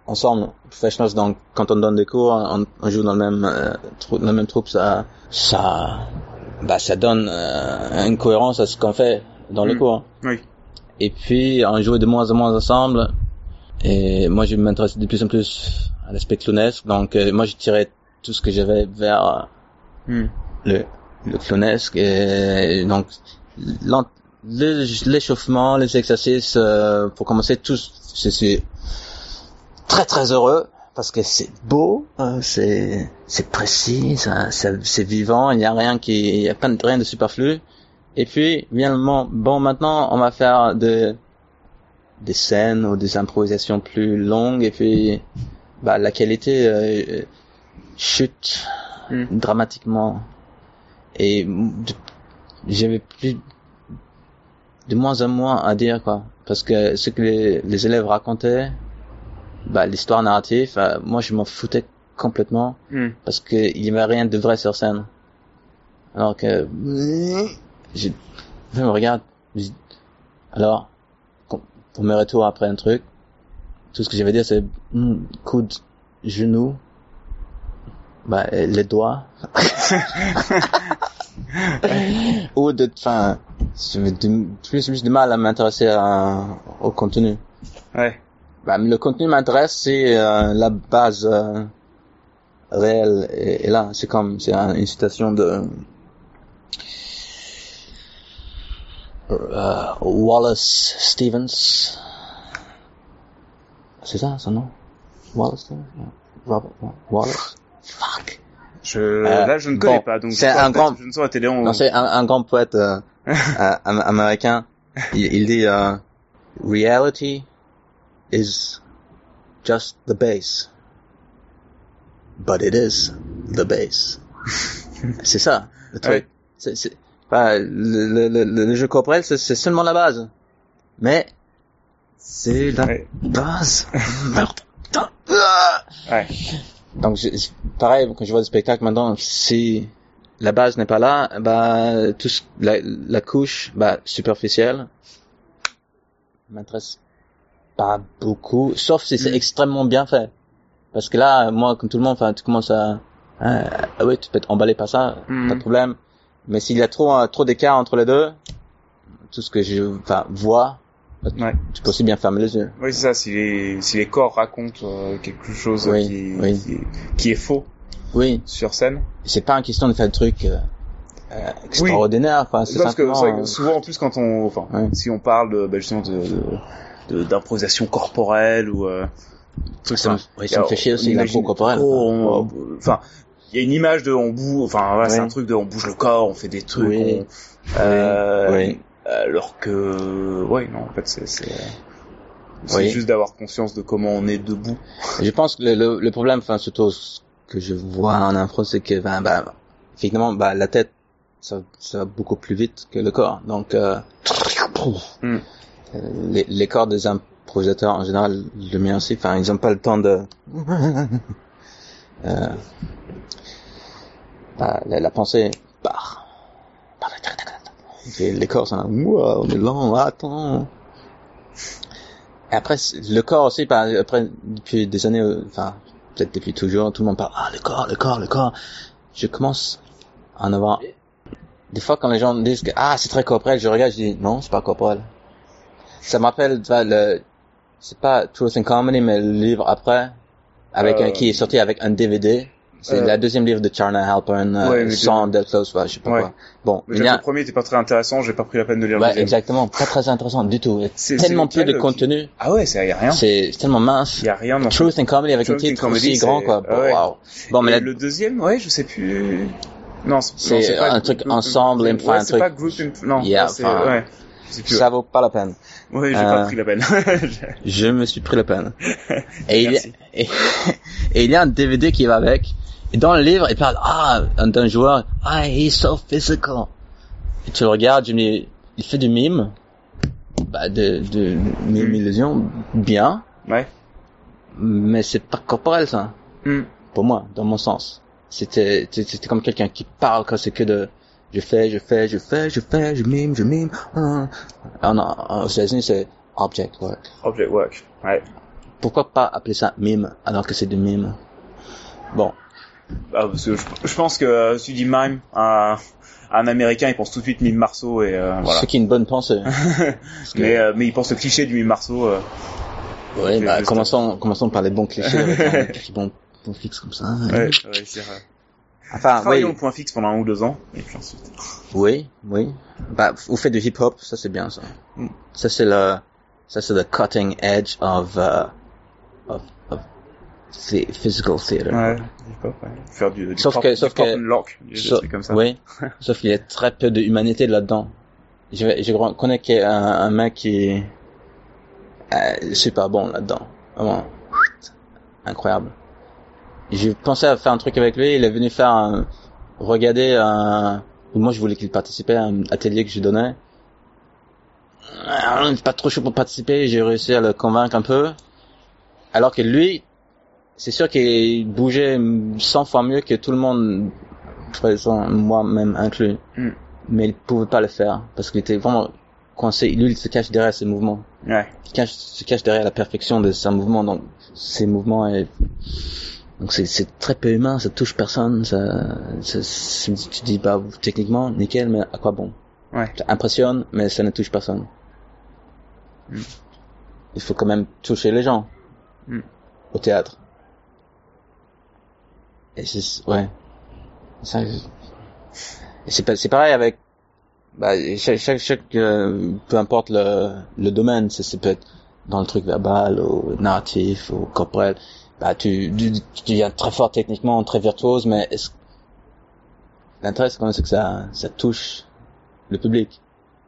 ensemble, professionals, donc quand on donne des cours, on, on joue dans le même euh, trou, dans la même troupe, ça, ça, bah ça donne euh, une cohérence à ce qu'on fait dans mmh. les cours. Oui. Et puis on jouait de moins en moins ensemble, et moi je m'intéressais de plus en plus à l'aspect clownesque, donc euh, moi je tirais tout ce que j'avais vers mmh. le, le clownesque, et donc l'échauffement, les exercices, euh, pour commencer, tous, je suis très très heureux parce que c'est beau, euh, c'est c'est précis, ça, ça, c'est vivant, il y a rien qui, il y a pas de, rien de superflu. Et puis vient le moment, bon maintenant on va faire de des scènes ou des improvisations plus longues, et puis bah la qualité euh, chute mm. dramatiquement, et de, j'avais plus de moins en moins à dire, quoi, parce que ce que les, les élèves racontaient, bah l'histoire narrative, euh, moi je m'en foutais complètement, mm. parce que il y avait rien de vrai sur scène. Alors que je, je me regarde, je, alors pour mes retours après un truc, tout ce que j'avais dire c'est mm, coude, genou, bah les doigts, ou de, enfin, j'avais de, plus plus de mal à m'intéresser à, au contenu. Ouais. Bah, le contenu m'intéresse, c'est euh, la base euh, réelle, et, et là c'est comme c'est un, une citation de euh, Wallace Stevens, c'est ça son nom, Wallace Stevens, Robert Wallace, fuck. Je euh, là je ne connais bon, pas, donc c'est un grand, je ne saurais t'aider. On... Non, c'est un, un grand poète euh, euh, américain. Il, il dit euh, reality is just the base, but it is the base. C'est ça le truc. Ouais. C'est, c'est, bah, le, le, le, le jeu corporel, c'est, c'est seulement la base, mais c'est la ouais. base. Merde. Ouais. Donc je, pareil, quand je vois des spectacles maintenant, si la base n'est pas là, bah tout la, la couche, bah superficielle, m'intéresse pas beaucoup, sauf si c'est mmh. extrêmement bien fait. Parce que là, moi, comme tout le monde, enfin, tu commences à, hein, ah oui, tu peux être emballé par ça, mmh. pas de problème. Mais s'il y a trop, euh, trop d'écart entre les deux, tout ce que je, enfin, vois, ouais. tu peux aussi bien fermer les yeux. Oui, c'est ça. Si les, si les corps racontent euh, quelque chose oui, qui, oui. qui, qui est faux, oui, sur scène. C'est pas une question de faire des trucs euh, euh, extraordinaires, oui. quoi. C'est parce simplement, que c'est, souvent, en plus, quand on, enfin, oui. si on parle de, bah, justement de, de, de d'improvisation corporelle ou euh, truc, ça, me, oui, ça me fait chier aussi l'impro corporelle. Oh, enfin, il y a une image de on bouge, enfin, voilà, oui. c'est un truc de on bouge le corps, on fait des trucs. Oui. On, euh, oui. Alors que, ouais, non, en fait, c'est, c'est, c'est oui. juste d'avoir conscience de comment on est debout. Je pense que le, le, le problème, enfin, surtout ce que je vois en impro, c'est que, ben, ben, effectivement, bah, la tête, ça, ça va beaucoup plus vite que le corps. Donc, euh, mm. les, les corps des improvisateurs, en général, le mien aussi, enfin, ils ont pas le temps de, euh, bah, la, la pensée part. Et les corps, c'est un, wow, on est lent, attends. Et après, le corps aussi, bah, après, depuis des années, enfin, peut-être depuis toujours, tout le monde parle, ah, le corps, le corps, le corps. Je commence à en avoir. Des fois, quand les gens disent que, ah, c'est très corporel, je regarde, je dis, non, c'est pas corporel. Ça m'appelle, tu vois, le, c'est pas Truth and Comedy, mais le livre après, avec euh... un, qui est sorti avec un D V D. C'est euh... la deuxième livre de Charna Halpern, euh, ouais, sans Del Close, ouais, je sais pas ouais. quoi. Bon, mais a... le premier était pas très intéressant, j'ai pas pris la peine de lire ouais, le deuxième. Exactement, pas très intéressant du tout. C'est, tellement c'est peu de qui... contenu. Ah ouais, c'est y a rien. C'est tellement mince. Il y a rien dans Truth and Comedy avec un titre aussi c'est... grand, quoi. Ah ouais. Wow. Bon, mais la... la... le deuxième, ouais, je sais plus. Non, c'est, c'est, non, c'est pas un truc group, ensemble, group, enfin ouais, un c'est truc. Pas group imp... Non, yeah, c'est, enfin, ouais. Ça vaut pas la peine. Oui, j'ai euh, pas pris la peine. Je me suis pris la peine. Et il y a, et, et il y a un D V D qui va avec. Et dans le livre, il parle, ah, d'un joueur, ah, he's so physical. Et tu le regardes, je me dis, il fait du mime, bah, de, de, mime illusion, bien. Ouais. Mais c'est pas corporel, ça. Mm. Pour moi, dans mon sens. C'était, c'était comme quelqu'un qui parle quand c'est que de, je fais, je fais, je fais, je fais, je mime, je mime. En, en, aux États-Unis, c'est object work. Object work, ouais. pourquoi pas appeler ça mime alors que c'est du mime? Bon. Ah, parce que je, je pense que euh, si tu dis mime, un, un Américain, il pense tout de suite Mime Marceau et euh, voilà. Ce qui est une bonne pensée. que... mais, euh, mais il pense au cliché du Mime Marceau. Euh, ouais, bah, commençons, commençons par les bons clichés avec un petit bon point fixe comme ça. Ouais, ouais, ouais c'est vrai. Enfin, travaillons oui. le point fixe pendant un ou deux ans, et puis ensuite. Oui, oui. Bah, vous faites du hip-hop, ça c'est bien ça. Mm. Ça c'est le, ça c'est le cutting edge of, uh, of, of the physical theater. Ouais, hip-hop, ouais. Faire du, du sauf pop, que, du sauf pop que, and lock, des so, trucs comme ça. Oui. Sauf qu'il y a très peu d'humanité là-dedans. Je, je connais qu'il y a un, un mec qui est euh, super bon là-dedans. Vraiment. Incroyable. J'ai pensé à faire un truc avec lui, il est venu faire un, regarder un, moi je voulais qu'il participe à un atelier que je donnais. Euh, pas trop chaud pour participer, j'ai réussi à le convaincre un peu. Alors que lui, c'est sûr qu'il bougeait cent fois mieux que tout le monde, moi-même inclus. Mm. Mais il pouvait pas le faire, parce qu'il était vraiment coincé. Lui, il se cache derrière ses mouvements. Ouais. Il cache, se cache derrière la perfection de ses mouvements, donc ses mouvements est, donc c'est, c'est très peu humain, ça touche personne, ça, ça, ça tu dis, bah, techniquement, nickel, mais à quoi bon? Ouais. Ça impressionne, mais ça ne touche personne. Mm. Il faut quand même toucher les gens. Mm. Au théâtre. Et c'est, ouais. Ça, et c'est pas, c'est pareil avec, bah, chaque, chaque, chaque, euh, peu importe le, le domaine, c'est, c'est peut être dans le truc verbal, ou narratif, ou corporel. Bah, tu, tu, tu deviens très fort techniquement, très virtuose, mais est-ce... l'intérêt, c'est quand même c'est que ça, ça touche le public.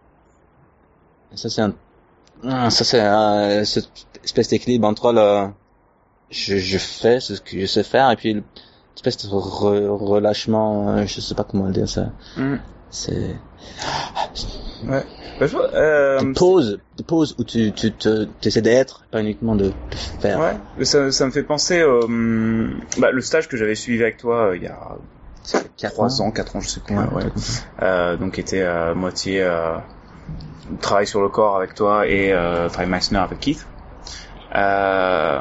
Et ça, c'est un, ça, c'est un, cette espèce d'équilibre entre le, je, je fais ce que je sais faire, et puis, l'espèce de re, relâchement, je sais pas comment le dire ça. Mm. C'est, ouais. Bah, je vois, euh, des pauses, des pauses où tu, tu, te, tu essaies d'être, pas uniquement de, de faire. Ouais. Ça, ça me fait penser, euh, bah, le stage que j'avais suivi avec toi, euh, il y a trois ans, quatre ans, je sais plus. Ouais, ouais. Euh, donc, était à moitié, euh, travail sur le corps avec toi et, euh, travail Meissner avec Keith. Euh,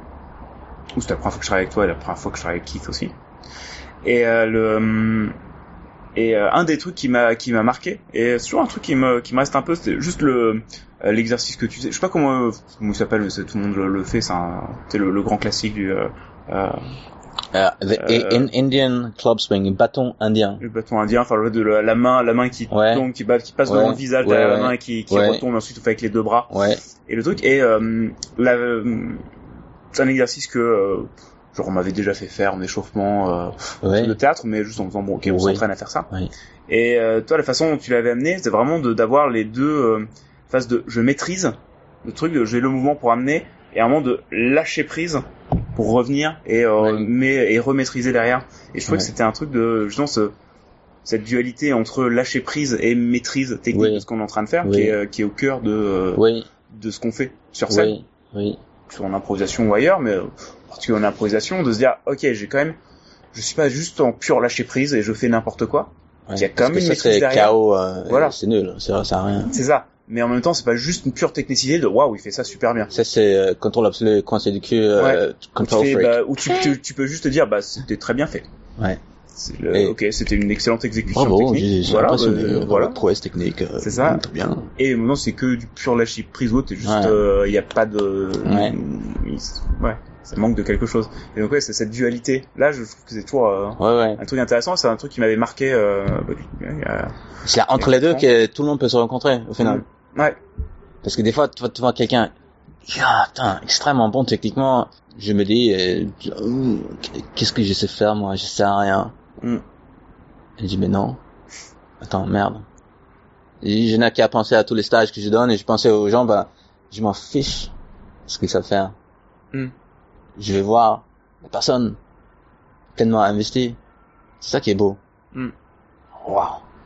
ou c'était la première fois que je travaillais avec toi et la première fois que je travaillais avec Keith aussi. Et, euh, le, Et euh, un des trucs qui m'a qui m'a marqué, et c'est toujours un truc qui me qui me reste un peu, c'est juste le euh, l'exercice que tu sais, je sais pas comment comment il s'appelle, c'est, tout le monde le, le fait, c'est un c'est le, le grand classique du euh, euh, uh, the euh, in Indian club swing, bâton indien. Le bâton indien, enfin le de la, la main la main qui ouais. tombe, qui bat, qui passe ouais. devant le visage ouais, derrière ouais. la main et qui qui ouais. retombe, et ensuite on fait avec les deux bras. Ouais. Et le truc est euh, la euh, c'est un exercice que euh, genre on m'avait déjà fait faire en échauffement euh, ouais. de théâtre, mais juste en disant bon ok on oui. s'entraîne à faire ça. Oui. Et euh, toi la façon dont tu l'avais amené, c'était vraiment de d'avoir les deux euh, phases de je maîtrise le truc, de j'ai le mouvement pour amener, et un moment de lâcher prise pour revenir et euh, oui. mais et remaîtriser derrière. Et je trouvais oui. que c'était un truc de justement ce cette dualité entre lâcher prise et maîtrise technique oui. de ce qu'on est en train de faire, oui. qui est euh, qui est au cœur de euh, oui. de ce qu'on fait sur scène. Oui. Oui. Sur en improvisation ou ailleurs, mais particulièrement en improvisation, de se dire ok, j'ai quand même, je suis pas juste en pur lâcher prise et je fais n'importe quoi. Ouais, il y a quand même une ça, maîtrise c'est derrière. chaos, euh, voilà, c'est nul, c'est ça sert à rien. C'est ça. Mais en même temps, c'est pas juste une pure technicité de waouh, il fait ça super bien. Ça c'est euh, contrôle absolu, coincé du cul, euh, ouais. control freak. Bah, où tu, tu, tu peux juste te dire bah c'était très bien fait. Ouais. C'est le, et ok, c'était une excellente exécution bravo, technique. J'ai, voilà, euh, voilà. prouesse technique. Euh, c'est ça. Très bien. Et maintenant c'est que du pur lâcher prise ou t'es juste, il ouais. euh, y a pas de, ouais. ouais, ça manque de quelque chose. Et donc ouais, c'est cette dualité. Là, je trouve que c'est toujours euh, ouais, ouais. un truc intéressant. C'est un truc qui m'avait marqué. Euh, bah, il y a, c'est entre les deux que tout le monde peut se rencontrer au final. Mmh. Ouais. Parce que des fois, tu vas te voir quelqu'un, ah, putain, extrêmement bon techniquement. Je me dis, euh, qu'est-ce que je sais faire moi? Je sais à rien. Mm. Et je dis mais non. Attends, merde. Et je n'ai qu'à penser à tous les stages que je donne et je pensais aux gens, bah, je m'en fiche ce qu'ils savent faire. Mm. Je vais voir la personne pleinement investie. C'est ça qui est beau. Mm. Waouh.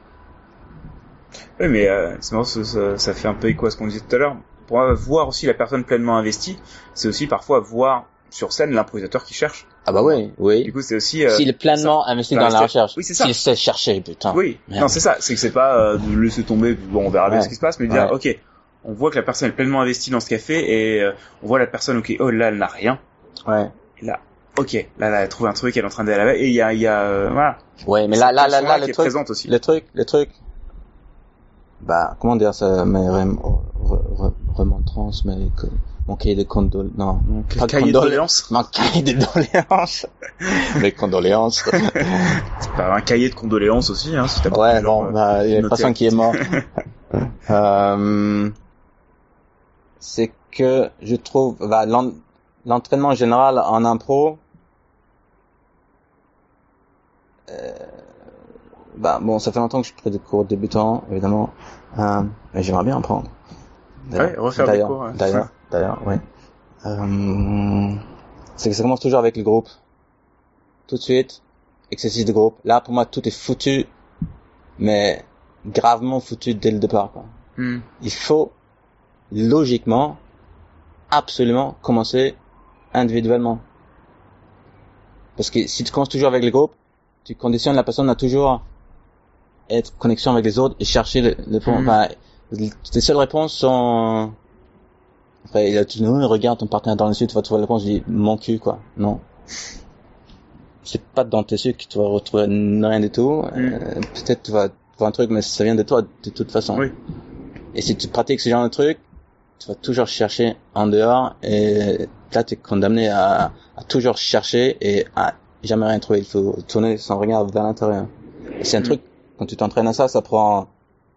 Oui, mais euh, c'est marrant, ça, ça, ça fait un peu écho à ce qu'on disait tout à l'heure. Pour moi, voir aussi la personne pleinement investie, c'est aussi parfois voir sur scène l'improvisateur qui cherche. Ah bah oui, oui. Du coup, c'est aussi... Euh, S'il est pleinement ça, investi dans la recherche. Oui, c'est ça. S'il sait chercher, putain. Oui, merde. Non, c'est ça. C'est que c'est pas euh, de laisser tomber, bon, on verra bien ouais. ce qui se passe, mais de dire, ouais. ok, on voit que la personne est pleinement investie dans ce qu'elle fait et euh, on voit la personne, ok, oh là, elle n'a rien. Ouais. Et là, ok, là, là, elle trouve un truc, elle est en train d'aller là-bas et il y a, il y a, euh, voilà. Ouais, mais là, là, là, là, le truc, aussi. le truc, le truc, bah, comment dire ça, mais rem, re, re, remontrance, mais que, mon cahier de condoléances, non, donc, pas cahier de condoléances. Mon cahier de condoléances. Les condoléances. C'est pas un cahier de condoléances aussi, hein, si t'as pas ouais, non, bah, il y a une personne qui est morte. euh, c'est que, je trouve, bah, l'en, l'entraînement général en impro, euh, bah, bon, ça fait longtemps que je prends des cours débutants, évidemment, euh, mais j'aimerais bien en prendre. D'ailleurs, ouais, refaire d'ailleurs, des cours. Ouais. D'ailleurs, d'ailleurs, ouais. Euh, c'est que ça commence toujours avec le groupe. Tout de suite, exercice de groupe. Là, pour moi, tout est foutu, mais gravement foutu dès le départ, quoi. Mm. Il faut, logiquement, absolument commencer individuellement. Parce que si tu commences toujours avec le groupe, tu conditionnes la personne à toujours être en connexion avec les autres et chercher le, le point. Mm. Enfin, tes seules réponses sont... Après, il a dit, non, regarde ton partenaire dans les yeux, tu vas trouver la réponse. Je dis, mon cul, quoi. Non. C'est pas dans tes yeux que tu vas retrouver rien du tout. Mm. Euh, peut-être tu vas voir un truc, mais ça vient de toi, de toute façon. Oui. Et si tu pratiques ce genre de truc, tu vas toujours chercher en dehors, et là, tu es condamné à, à toujours chercher et à jamais rien trouver. Il faut tourner son regard vers l'intérieur. Et c'est un mm. truc, quand tu t'entraînes à ça, ça prend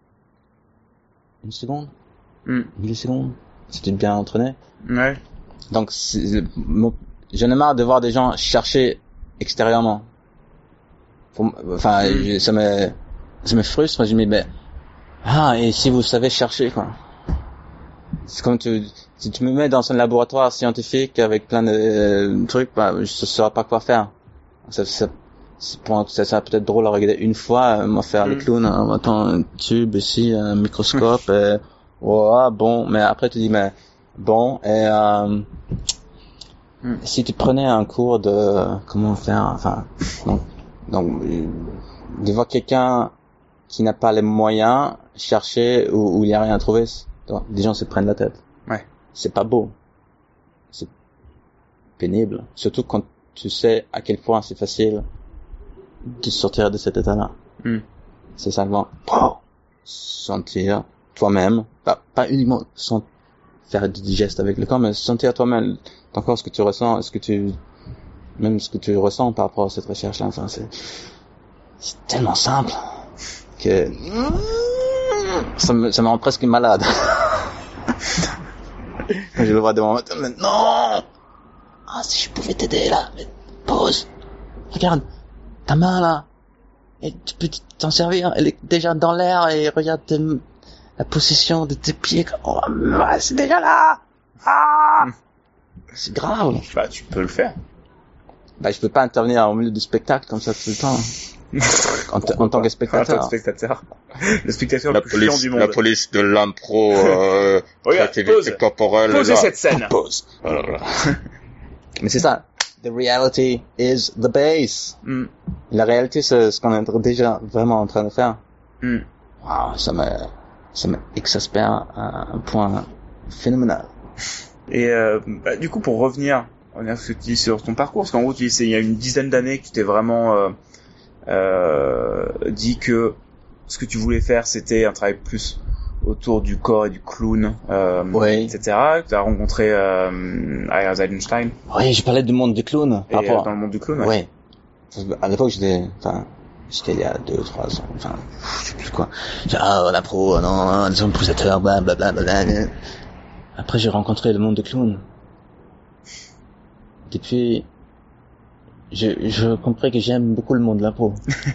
une seconde, mm. une seconde, si tu es bien entraîné. Ouais. Donc, c'est, mon, j'en ai marre de voir des gens chercher extérieurement. Faut, enfin, mm. je, ça me, ça me frustre. Je me dis, mais, ah, et si vous savez chercher, quoi. C'est comme tu, si tu me mets dans un laboratoire scientifique avec plein de euh, trucs, bah, je ne saurais pas quoi faire. Ça, ça, ça, ça peut être drôle à regarder une fois, euh, moi faire mm. les clowns, en mettant un tube ici, un microscope, et, ouais, bon, mais après tu dis, mais, bon, et, euh, mm. si tu prenais un cours de, comment faire, enfin, donc, donc, de voir quelqu'un qui n'a pas les moyens, chercher où, où il n'y a rien à trouver, des gens se prennent la tête. Ouais. C'est pas beau. C'est pénible. Surtout quand tu sais à quel point c'est facile de sortir de cet état-là. Mm. C'est simplement, oh, sentir toi-même, pas, pas uniquement sans faire des gestes avec le corps, mais sentir toi-même ton corps, ce que tu ressens, ce que tu, même ce que tu ressens par rapport à cette recherche-là. Enfin, c'est, c'est tellement simple que ça me, ça me rend presque malade. Je le vois devant moi, mais non! Ah, si je pouvais t'aider, là, mais pause. Regarde, ta main, là. Et tu peux t'en servir, elle est déjà dans l'air, et regarde tes, la position de tes pieds. Oh, c'est déjà là! Ah! C'est grave. Bah, tu peux le faire. Bah, je peux pas intervenir au milieu du spectacle comme ça tout le temps. En, t- en tant que spectateur. En tant que spectateur. Le spectateur la le plus police, chiant du monde. La police de l'impro, euh, regarde, créativité corporelle. Posez cette scène. Pause. Oh mais c'est ça. The reality is the base. Mm. La réalité, c'est ce qu'on est déjà vraiment en train de faire. Mm. Wow, ça me, ça me exaspère à un point phénoménal. Et euh, bah, du coup, pour revenir, revenir sur ce que tu dis sur ton parcours, parce qu'en gros, tu dis, c'est il y a une dizaine d'années que tu t'es vraiment euh, euh, dit que ce que tu voulais faire, c'était un travail plus autour du corps et du clown, euh, oui. et cetera. Tu as rencontré euh, Isaiah Eisenstein. Oui, je parlais du monde du clown. Et rapport... dans le monde du clown, ouais. Oui. À l'époque, j'étais, enfin, c'était il y a deux, trois ans, enfin, je sais plus quoi. J'ai, ah, la pro, non, les imposateurs, blablabla. Après, j'ai rencontré le monde du clown. Depuis, je, je compris que j'aime beaucoup le monde de l'impro.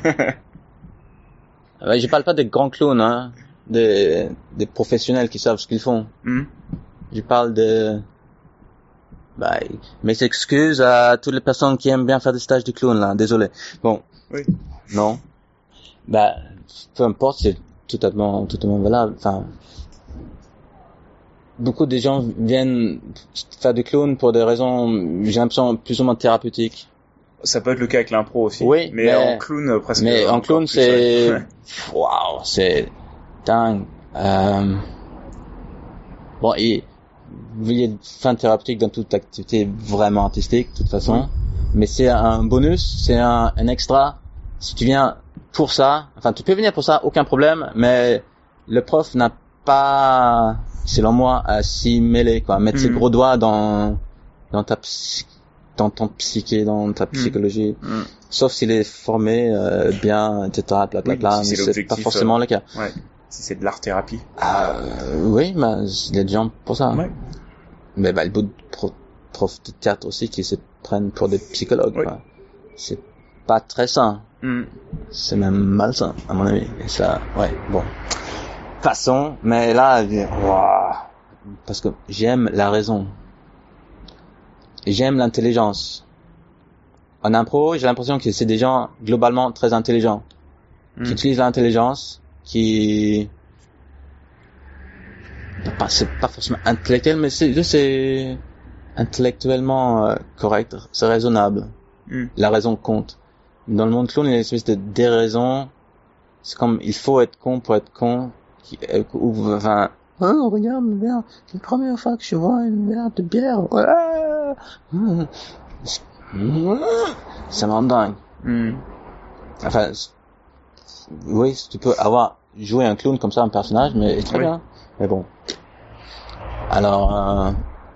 Ouais, je parle pas des grands clowns, hein, des, des professionnels qui savent ce qu'ils font. Mm. Je parle de, bah, mes excuses à toutes les personnes qui aiment bien faire des stages de clown, là, désolé. Bon. Oui. Non. Bah, peu importe, c'est totalement, totalement valable. Enfin, beaucoup de gens viennent faire du clown pour des raisons, j'ai l'impression, plus ou moins thérapeutiques. Ça peut être le cas avec l'impro aussi. Oui, mais, mais en clown presque. Mais en clown, c'est, waouh, c'est dingue. Euh, Bon, et il y a une fin thérapeutique dans toute activité vraiment artistique, de toute façon. Oui. Mais c'est un bonus, c'est un, un extra. Si tu viens pour ça, enfin, tu peux venir pour ça, aucun problème, mais le prof n'a pas, selon moi, à s'y mêler, quoi, mettre mmh. ses gros doigts dans, dans ta psy, dans ton psyché, dans ta psychologie. Mmh. Sauf s'il est formé, euh, bien, et cetera, blablabla, oui, si mais c'est, c'est pas forcément euh, le cas. Ouais. Si c'est de l'art-thérapie. Ah, euh, oui, mais il y a des gens pour ça. Ouais. Mais, bah, le bout de pro, prof de théâtre aussi qui se prennent pour des psychologues, oui. quoi. C'est pas très sain. Mm. C'est même malsain, à mon avis. Et ça, ouais, bon. Passons, mais là, wow, parce que j'aime la raison. J'aime l'intelligence. En impro, j'ai l'impression que c'est des gens globalement très intelligents. Mm. Qui utilisent l'intelligence, qui... Pas, c'est pas forcément intellectuel, mais c'est, c'est intellectuellement euh, correct, c'est raisonnable. Mm. La raison compte. Dans le monde clown, il y a une espèce de déraison. C'est comme, il faut être con pour être con. Ou, enfin, oh, regarde, une bière. C'est la première fois que je vois une bière de bière. Ouais. Ça me rend dingue. Mm. Enfin, oui, tu peux avoir joué un clown comme ça, un personnage, mais très oui. bien. Mais bon. Alors, euh,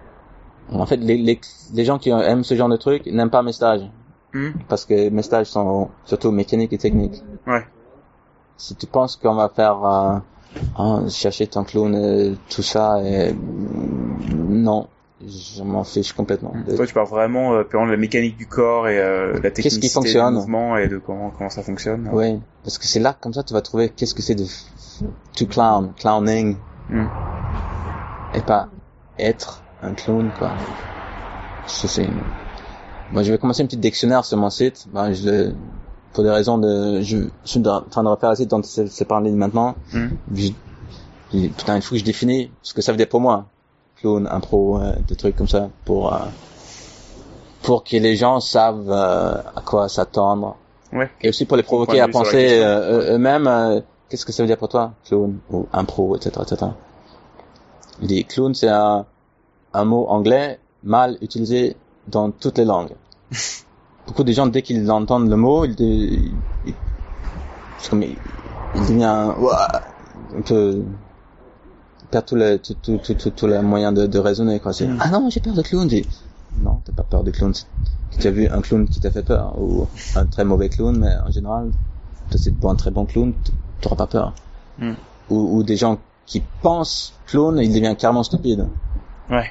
en fait, les, les, les gens qui aiment ce genre de truc n'aiment pas mes stages. Mmh. Parce que mes stages sont surtout mécaniques et techniques. Ouais. Si tu penses qu'on va faire euh, hein, chercher ton clown et tout ça, et non, je m'en fiche complètement. Mmh. Toi, tu parles vraiment euh, de la mécanique du corps et euh, la technicité du mouvement et de comment comment ça fonctionne. Oui, parce que c'est là comme ça tu vas trouver qu'est-ce que c'est de to clown, clowning, mmh. et pas être un clown quoi. Ça c'est une... Moi, je vais commencer un petit dictionnaire sur mon site. Ben, je, pour des raisons de, je, je suis en train de refaire le site dont c'est, c'est parlé maintenant. Mm. Je, je, putain, il faut que je définis ce que ça veut dire pour moi. Clown, impro, euh, des trucs comme ça, pour, euh, pour que les gens savent euh, à quoi s'attendre. Ouais. Et aussi pour les provoquer à penser euh, eux-mêmes, euh, qu'est-ce que ça veut dire pour toi, clown, ou impro, et cetera, et cetera. Il dit, clown, c'est un, un mot anglais mal utilisé dans toutes les langues. Beaucoup de gens, dès qu'ils entendent le mot, ils, ils, ils c'est comme, il, il devient, ouah, un peu, il perd tout le, tout, tout, tout, tout, tout les moyens de, de raisonner, quoi. C'est, mm. ah non, j'ai peur de clown. J'ai, non, t'as pas peur de clown. Tu as vu un clown qui t'a fait peur, ou un très mauvais clown, mais en général, toi, c'est pour un très bon clown, t'auras pas peur. Mm. Ou, ou des gens qui pensent clown, ils deviennent carrément stupides. Ouais.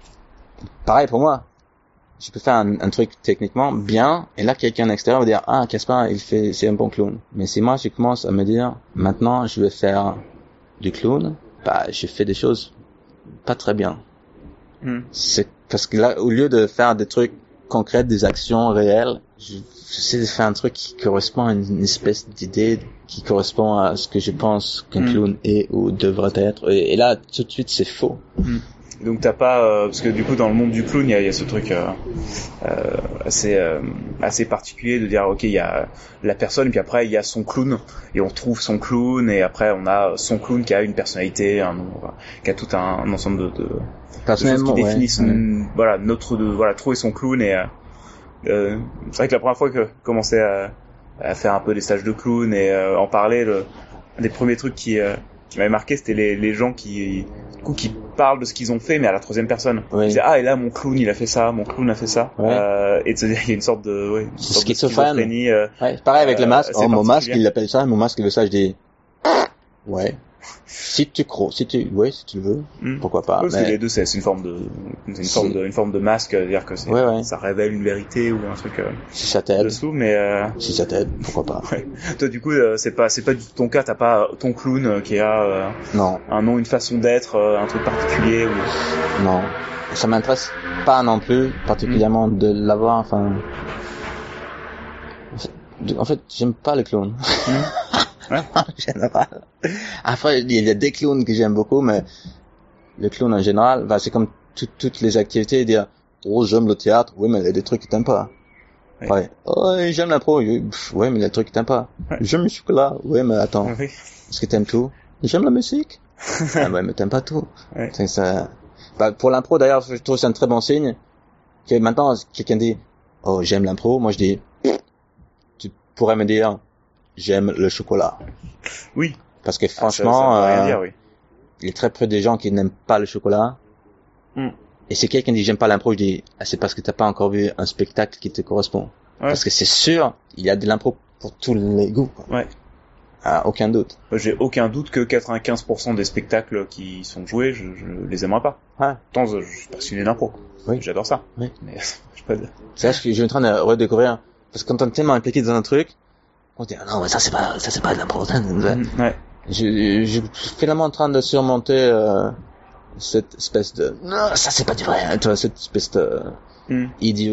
Pareil pour moi. Je peux faire un, un truc techniquement bien, et là quelqu'un extérieur va dire ah Caspar il fait c'est un bon clown. Mais si moi je commence à me dire maintenant je vais faire du clown, bah je fais des choses pas très bien. Mm. C'est parce que là au lieu de faire des trucs concrets, des actions réelles, je, j'essaie de faire un truc qui correspond à une, une espèce d'idée qui correspond à ce que je pense qu'un mm. clown est ou devrait être. Et, et là tout de suite c'est faux. Mm. Donc t'as pas euh, parce que du coup dans le monde du clown il y a, il y a ce truc euh, euh, assez euh, assez particulier de dire ok il y a la personne et puis après il y a son clown et on trouve son clown et après on a son clown qui a une personnalité un nom enfin, qui a tout un, un ensemble de, de, de choses qui définissent ouais, ouais. voilà notre de voilà trouver son clown et euh, euh, c'est vrai que la première fois que je commençais à, à faire un peu des stages de clown et euh, en parler le un des premiers trucs qui euh, qui m'avait marqué c'était les les gens qui du coup qui parlent de ce qu'ils ont fait mais à la troisième personne. Oui. Ils disaient ah et là mon clown il a fait ça, mon clown a fait ça. Ouais. Euh, et il y a une sorte de ouais, une sorte de schizophrénie. Euh, ouais, pareil avec euh, le masque. Oh, mon masque il l'appelle ça, mon masque il veut ça, je dis ouais. Si tu crois, si tu, ouais, si tu le veux, mm. pourquoi pas. Ouais, parce mais... que les deux, c'est, c'est une forme de, c'est une forme de, une forme de masque, c'est-à-dire que c'est, ouais, ouais. ça révèle une vérité ou un truc. Euh, si ça t'aide. Dessous, mais. Euh... Si ça t'aide, pourquoi pas. Ouais. Toi, du coup, euh, c'est pas, c'est pas du tout ton cas. T'as pas ton clown euh, qui a euh, non. un nom, une façon d'être, euh, un truc particulier. Ou... Non, ça m'intéresse pas non plus particulièrement mm. de l'avoir. Enfin, en fait, j'aime pas les clowns. Mm. Ouais. En général. Après, il y a des clowns que j'aime beaucoup, mais le clown en général, bah, c'est comme tout, toutes les activités, dire, oh, j'aime le théâtre, oui, mais il y a des trucs que t'aimes pas. Ouais. Ouais. Oh, j'aime l'impro, oui, mais il y a des trucs que t'aimes pas. Ouais. J'aime le chocolat, oui, mais attends. Oui. Est-ce que t'aimes tout? J'aime la musique. Ah ouais, mais t'aimes pas tout. Ouais. C'est ça. Bah, pour l'impro, d'ailleurs, je trouve que c'est un très bon signe. Que maintenant, quelqu'un dit, oh, j'aime l'impro. Moi, je dis, tu pourrais me dire, j'aime le chocolat. Oui. Parce que ah, franchement, ça, ça veut rien euh, dire, oui. il est très peu de gens qui n'aiment pas le chocolat. Mm. Et si quelqu'un dit, j'aime pas l'impro, je dis, ah, c'est parce que t'as pas encore vu un spectacle qui te correspond. Ouais. Parce que c'est sûr, il y a de l'impro pour tous les goûts. Quoi. Ouais. Ah, aucun doute. J'ai aucun doute que quatre-vingt-quinze pour cent des spectacles qui sont joués, je, je les aimerais pas. Ouais. Pourtant, je, je suis passionné d'impro. Oui. J'adore ça. Oui. Mais je sais pas de... C'est ça que je suis en train de redécouvrir. Parce que quand on est tellement impliqué dans un truc, on dit, ah non, mais ça c'est pas, ça c'est pas de l'impro. Mm, ouais. Je, je suis finalement en train de surmonter, euh, cette espèce de, non, ça c'est pas du vrai. Tu vois, cette espèce de, Mm.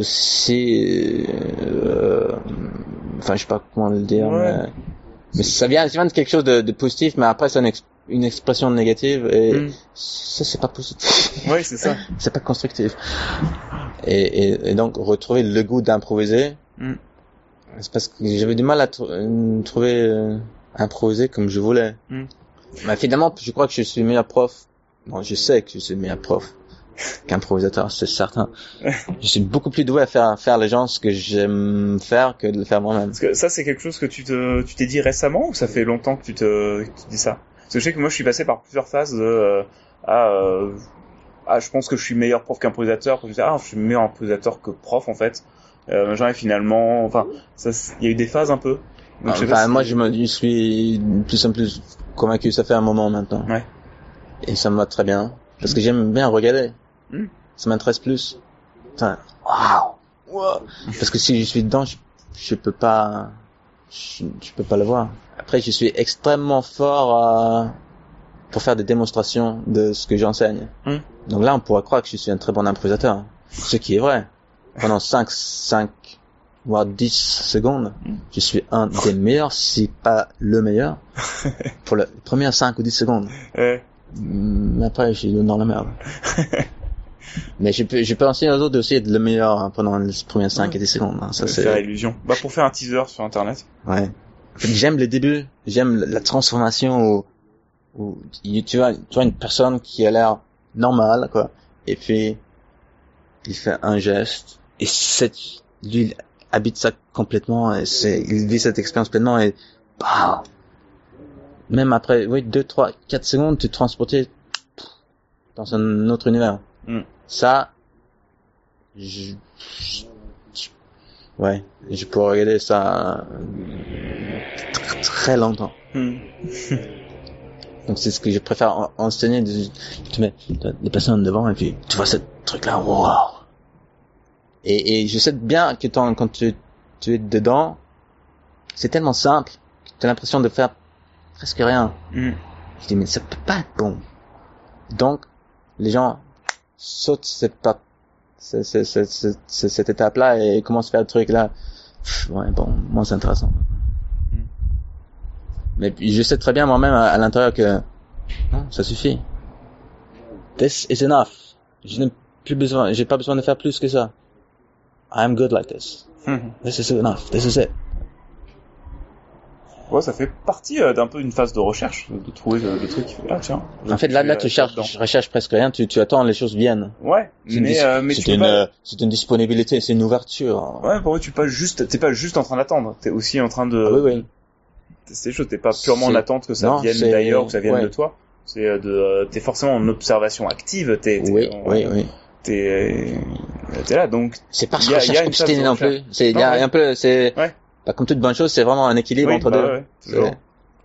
idiotie, euh, enfin, je sais pas comment le dire, Ouais. mais, mais ça vient, ça vient de quelque chose de, de positif, mais après c'est une, ex- une expression négative et Mm. ça c'est pas positif. Ouais, c'est ça. C'est pas constructif. Et, et, et donc retrouver le goût d'improviser, Mm. c'est parce que j'avais du mal à tr- euh, trouver euh, improviser comme je voulais. Mm. Mais finalement, je crois que je suis le meilleur prof. Bon, je sais que je suis le meilleur prof qu'improvisateur, c'est certain. Je suis beaucoup plus doué à faire faire les gens ce que j'aime faire que de le faire moi-même. Parce que ça, c'est quelque chose que tu te, tu t'es dit récemment ou ça fait longtemps que tu te, que tu te dis ça? Parce que je sais que moi, je suis passé par plusieurs phases de, euh, ah, euh, ah, je pense que je suis meilleur prof qu'improvisateur. Puis je me dis, ah, je suis meilleur improvisateur que prof, en fait. Euh, genre, et finalement, enfin, ça, il y a eu des phases un peu. Donc, je sais Enfin, pas si- moi, je me je suis de plus en plus convaincu. Ça fait un moment maintenant. Ouais. Et ça me va très bien. Parce que j'aime bien regarder. Mm. Ça m'intéresse plus. Enfin, waouh! Wow. Parce que si je suis dedans, je, je peux pas, je, je peux pas le voir. Après, je suis extrêmement fort à, pour faire des démonstrations de ce que j'enseigne. Mm. Donc là, on pourrait croire que je suis un très bon improvisateur. Ce qui est vrai. Pendant cinq, cinq, voire dix secondes, Mm. je suis un des meilleurs, si pas le meilleur, pour les premières cinq ou dix secondes. Ouais. Mais après, je suis dans la merde. Mais je peux, je peux enseigner aux autres aussi être le meilleur hein, pendant les premières cinq et dix secondes. Hein. Ça, Ça c'est, faire illusion. Bah, pour faire un teaser sur Internet. ouais. En fait, j'aime les débuts. J'aime la transformation où, où tu tu vois, tu vois une personne qui a l'air normale, quoi. Et puis, il fait un geste. Et cette, lui, il habite ça complètement. Et c'est, il vit cette expérience pleinement et, bah, même après, oui, deux, trois, quatre secondes, tu es transporté dans un autre univers. Mm. Ça, je, je- je- ouais, je pourrais regarder ça euh, très, très longtemps. Mm. Donc c'est ce que je préfère en- enseigner. de- Tu mets des personnes devant et puis tu vois ce truc-là, wow. Et, et je sais bien que quand, quand tu, tu es dedans, c'est tellement simple que tu as l'impression de faire presque rien. Mm. Je dis mais ça peut pas être bon. Donc les gens sautent cette pas c'est, c'est, c'est, c'est, c'est cette étape-là et commencent à faire le truc là. Pff, ouais bon, moi c'est intéressant. Mm. Mais puis, je sais très bien moi-même à, à l'intérieur que non, ça suffit. This is enough. Je n'ai plus besoin, j'ai pas besoin de faire plus que ça. I am good like this. Mm. This is enough. This is it. Ouais, ça fait partie euh, d'un peu une phase de recherche, de, de trouver le, le truc qui fait, ah tiens. En fait, là, là, tu cherches, dedans. tu recherches presque rien, tu, tu attends les choses viennent. Ouais, C'est une, mais, dis- euh, mais c'est tu peux une, pas... euh, c'est une disponibilité, c'est une ouverture. Ouais, pour eux, tu pas juste, t'es pas juste en train d'attendre, t'es aussi en train de Ah oui, oui. tester les choses, t'es pas purement en C'est- attente que ça non, vienne c'est- d'ailleurs, que ça vienne ouais. de toi. C'est euh, de, euh, t'es forcément en observation active, t'es, t'es, Oui, en- oui, oui. t'es, t'es là, donc. C'est pas Il y a- il y a recherche une phase obstinée de non recherche. plus. C'est, il y Non, a ouais. un peu, c'est, Ouais. bah, comme toute bonne chose, c'est vraiment un équilibre Oui, entre bah deux. ouais, toujours. C'est-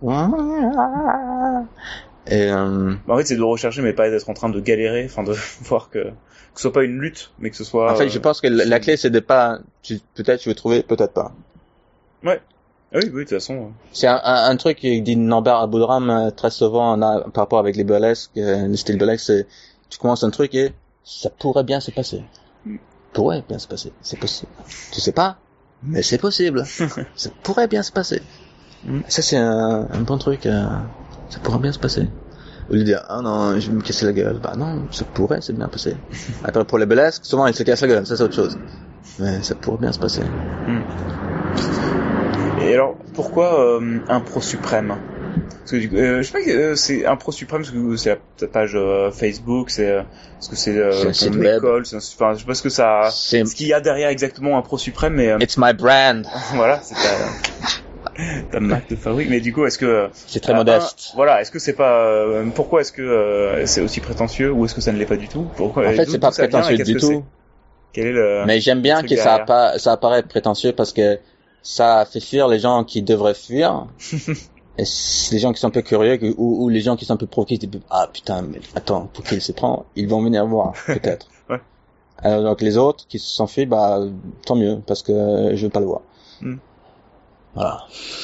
Et, euh, Bah, en fait, c'est de rechercher, mais pas d'être en train de galérer, enfin de voir que, que ce soit pas une lutte, mais que ce soit. en fait, je euh, pense que la, la clé, c'est de pas, tu, peut-être tu veux trouver, peut-être pas. Ah oui, oui, de toute façon. euh, C'est un, un, un truc qui dit Norbert Aboudram euh, très souvent en a- par rapport avec les burlesques, euh, le style burlesque, c'est tu commences un truc et ça pourrait bien se passer. Mm. Pourrait bien se passer, c'est possible. Tu sais pas, mais c'est possible. Ça pourrait bien se passer. Mm. Ça c'est un, un bon truc. Euh, ça pourrait bien se passer. Au lieu de dire ah non, je vais me casser la gueule. Bah non, ça pourrait se bien passer. Après pour les burlesques, souvent ils se cassent la gueule, ça c'est autre chose. Mais ça pourrait bien se passer. Et alors, pourquoi euh, un pro suprême? Parce que, euh, je sais pas, euh, c'est Impro Suprême, parce que c'est la, ta page euh, Facebook, c'est, euh, est-ce que c'est, euh, C'est un ton site web. école, c'est un- enfin, je sais pas ce que ça, C'est- ce qu'il y a derrière exactement Impro Suprême, mais euh, It's my brand. voilà, c'est ta, ta marque de fabrique. Mais du coup, est-ce que C'est très euh, modeste. un, voilà, est-ce que c'est pas, euh, pourquoi est-ce que euh, c'est aussi prétentieux, ou est-ce que ça ne l'est pas du tout? Pourquoi En fait, d'où- c'est pas d'où ça vient et prétentieux qu'est-ce du que c'est tout. Quel est le Mais j'aime bien truc que ça, derrière. appa- ça apparaît prétentieux parce que ça fait fuir les gens qui devraient fuir. Et c'est les gens qui sont un peu curieux que- ou, ou les gens qui sont un peu provoqués, qui disent, ah putain, mais attends, pour qu'il se prend, ils vont venir voir, peut-être. Ouais. Alors, donc les autres qui se s'enfuient, bah tant mieux, parce que je veux pas le voir. Mm. Voilà.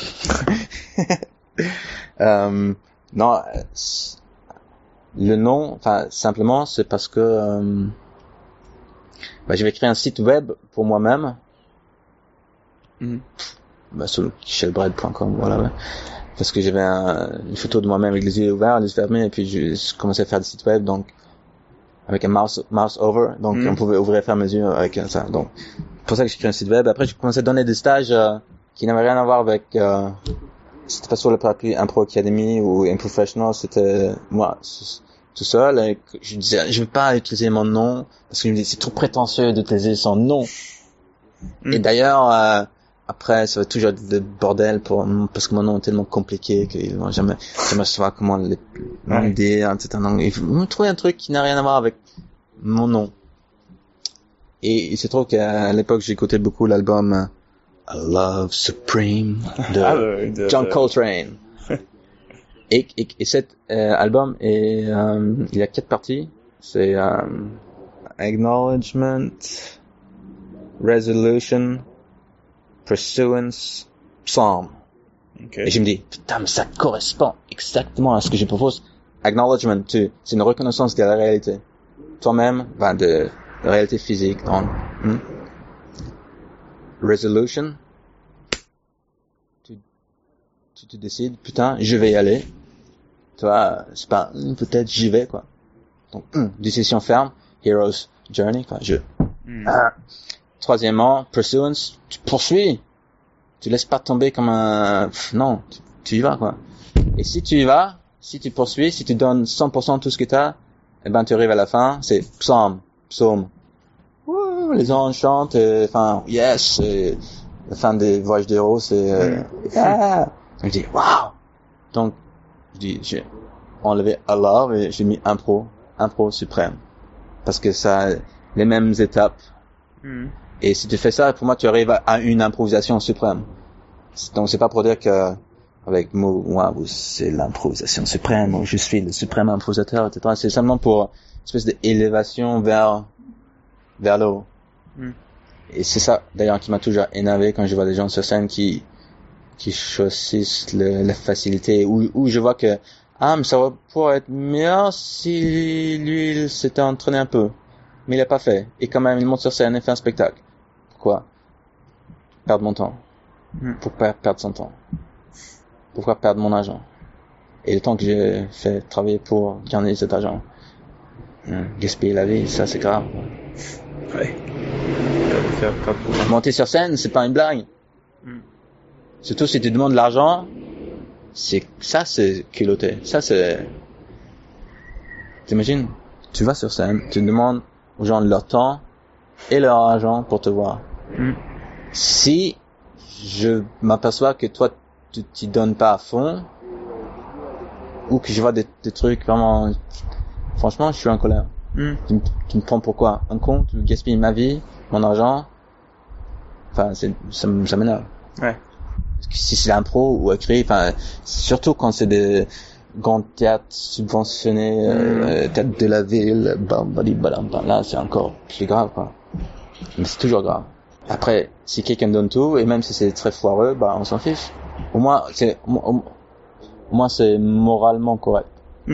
euh, non, euh, c'est- le nom, enfin simplement, c'est parce que euh, bah, je vais créer un site web pour moi-même, Mm. bah, sur shelbread point com, voilà. Ouais. Parce que j'avais un, une photo de moi-même avec les yeux ouverts, les yeux fermés, et puis je, je commençais à faire des sites web, donc avec un mouse, mouse over, donc Mm. on pouvait ouvrir et fermer les yeux avec ça. Donc c'est pour ça que j'ai créé un site web. Après, j'ai commencé à donner des stages euh, qui n'avaient rien à voir avec. Euh, c'était pas sur le parapluie Impro Academy ou Improfessional, c'était moi c- tout seul. Et que je disais, je veux pas utiliser mon nom parce que je me dis c'est trop prétentieux d'utiliser son nom. Mm. Et d'ailleurs. Euh, Après, ça va toujours être le bordel pour, parce que mon nom est tellement compliqué qu'ils vont jamais, jamais savoir comment le nom Ouais. dire, et cetera. Donc, il faut me trouver un truc qui n'a rien à voir avec mon nom. Et il se trouve qu'à l'époque, j'écoutais beaucoup l'album euh, I Love Supreme de Ah, de- de- John de- Coltrane. et, et, et cet euh, album est, euh, il y a quatre parties. C'est euh, Acknowledgement, Resolution, Pursuance, Psalm. Okay. Et je me dis, putain, mais ça correspond exactement à ce que je propose. Acknowledgement, tu, c'est une reconnaissance de la réalité. Toi-même, ben, de la réalité physique. Donc, hmm. Resolution, tu, tu te décides, putain, je vais y aller. Tu vois, c'est pas, hmm, peut-être j'y vais, quoi. Donc, hmm, décision ferme, Hero's Journey, quoi. Je, Mm. ah. Troisièmement, pursuance, tu poursuis. Tu laisses pas tomber comme un... Pff, non, tu, tu y vas, quoi. Et si tu y vas, si tu poursuis, si tu donnes cent pour cent tout ce que t'as, eh ben tu arrives à la fin, c'est psaume, psaume. Ouh, les anges chantent, et, enfin, yes, et la fin des voyages d'héros, c'est... Euh, yeah. Je dis, waouh. Donc, je dis, j'ai enlevé Allah et j'ai mis impro, impro suprême. Parce que ça a les mêmes étapes. Mm. Et si tu fais ça, pour moi, tu arrives à une improvisation suprême. Donc, c'est pas pour dire que, avec moi, moi c'est l'improvisation suprême, ou je suis le suprême improvisateur, et cetera. C'est simplement pour une espèce d'élévation vers, vers le haut. Mm. Et c'est ça, d'ailleurs, qui m'a toujours énervé quand je vois des gens sur scène qui, qui choisissent le, la facilité, ou, ou je vois que, ah, mais ça pourrait être mieux si lui, il s'était entraîné un peu. Mais il l'a pas fait. Et quand même, il monte sur scène et fait un spectacle. Pourquoi perdre mon temps? Mm. Pourquoi perdre son temps? Pourquoi perdre mon argent? Et le temps que j'ai fait travailler pour gagner cet argent? Hum, gaspiller la vie, ça c'est grave. Ouais. Faire, faire pour- Monter sur scène, c'est pas une blague. Mm. Surtout si tu demandes de l'argent, c'est, ça c'est culotté. Ça c'est... T'imagines? Tu vas sur scène, tu demandes aux gens leur temps et leur argent pour te voir. Mm. Si je m'aperçois que toi tu t'y donnes pas à fond, ou que je vois des, des trucs vraiment, franchement, je suis en colère. Mm. Tu, me- tu me prends pour quoi? Un con? Tu gaspilles ma vie, mon argent? Enfin, c'est, ça, m- ça m'énerve. Ouais. Parce que si c'est l'impro ou écrit, enfin, surtout quand c'est des grands théâtres subventionnés, euh, Mm. théâtre de la ville, bam, badi, badam, bam, là, c'est encore plus grave, quoi. Mais c'est toujours grave. Après, si quelqu'un donne tout, et même si c'est très foireux, bah, on s'en fiche. Au moins, c'est, au, au- au moins, c'est moralement correct. Oui.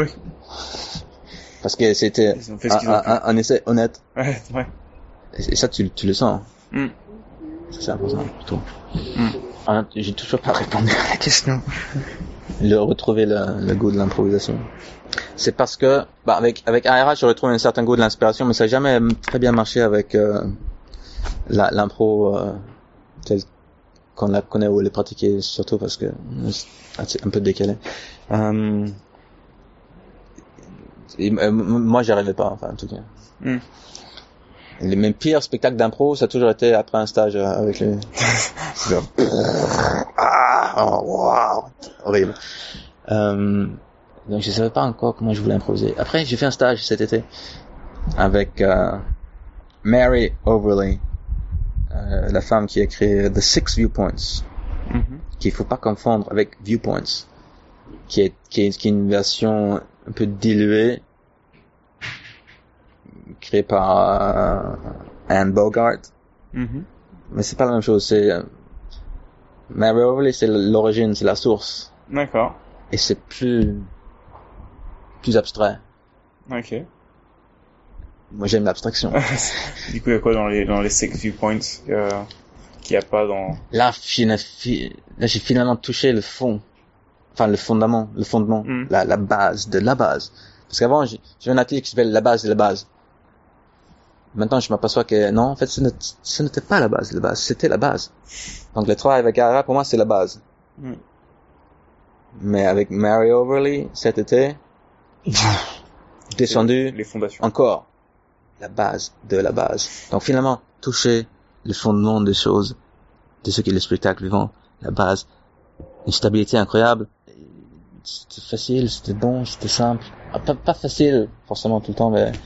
Parce que c'était Ils ont fait ce un, qu'ils ont un, un, un essai honnête. Ouais, ouais. Et, et ça, tu, tu le sens. Mm. Ça, c'est important, je trouve. Mm. Ah, j'ai toujours pas répondu à la question. Le retrouver le, le goût de l'improvisation. C'est parce que, bah, avec, avec A R H, j'aurais trouvé un certain goût de l'inspiration, mais ça n'a jamais très bien marché avec, euh, la, l'impro, euh, tel qu'on la connaît ou les pratiquer, surtout parce que c'est un peu décalé. Euh, et, euh, moi, j'y arrivais pas, enfin, en tout cas. Mm. Les mes pires spectacles d'impro, ça a toujours été après un stage avec les... ah, oh, wow, horrible. Euh, donc je savais pas encore comment je voulais improviser. Après, j'ai fait un stage cet été avec euh, Mary Overly, euh, la femme qui a créé The Six Viewpoints, mm-hmm. qu'il faut pas confondre avec Viewpoints, qui est, qui est, qui est une version un peu diluée, créée par euh, Anne Bogart. Mm-hmm. Mais c'est pas la même chose. C'est euh, Mary Overly, c'est l'origine, c'est la source. D'accord. Et c'est plus plus abstrait. Ok. Moi, j'aime l'abstraction. Du coup, il y a quoi dans les dans les six viewpoints euh, qu'il y a pas dans... Là, là, j'ai finalement touché le fond, enfin le fondament, le fondement, mm. la, la base de la base. Parce qu'avant, j'ai, j'ai un article qui s'appelle la base de la base. Maintenant, je m'aperçois que non, en fait, ce n'était, ce n'était pas la base de la base, c'était la base. Donc, le travail avec Ara, pour moi, c'est la base. Mm. Mais avec Mary Overly, cet été, descendu, les fondations. Encore, la base de la base. Donc, finalement, toucher le fondement des choses, de ce qu'est le spectacle vivant, la base, une stabilité incroyable. C'était facile, c'était bon, c'était simple. Ah, pas, pas facile, forcément, tout le temps, mais...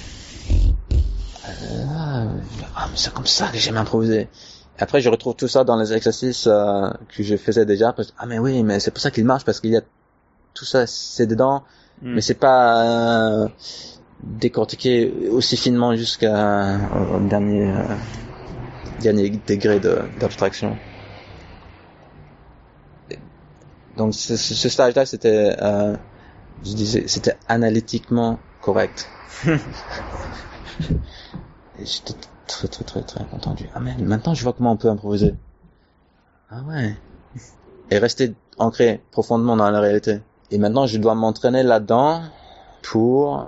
Ah, ah, mais c'est comme ça que j'aime improviser. Après, je retrouve tout ça dans les exercices euh, que je faisais déjà. Parce que, ah, mais oui, mais c'est pour ça qu'il marche, parce qu'il y a tout ça, c'est dedans, mm. mais c'est pas euh, décortiqué aussi finement jusqu'à au dernier euh, dernier degré de, d'abstraction. Donc, ce, ce stage-là, c'était, euh, je disais, c'était analytiquement correct. Et j'étais très très très très content du... Ah mais maintenant je vois comment on peut improviser. Ah ouais. Et rester ancré profondément dans la réalité. Et maintenant je dois m'entraîner là-dedans pour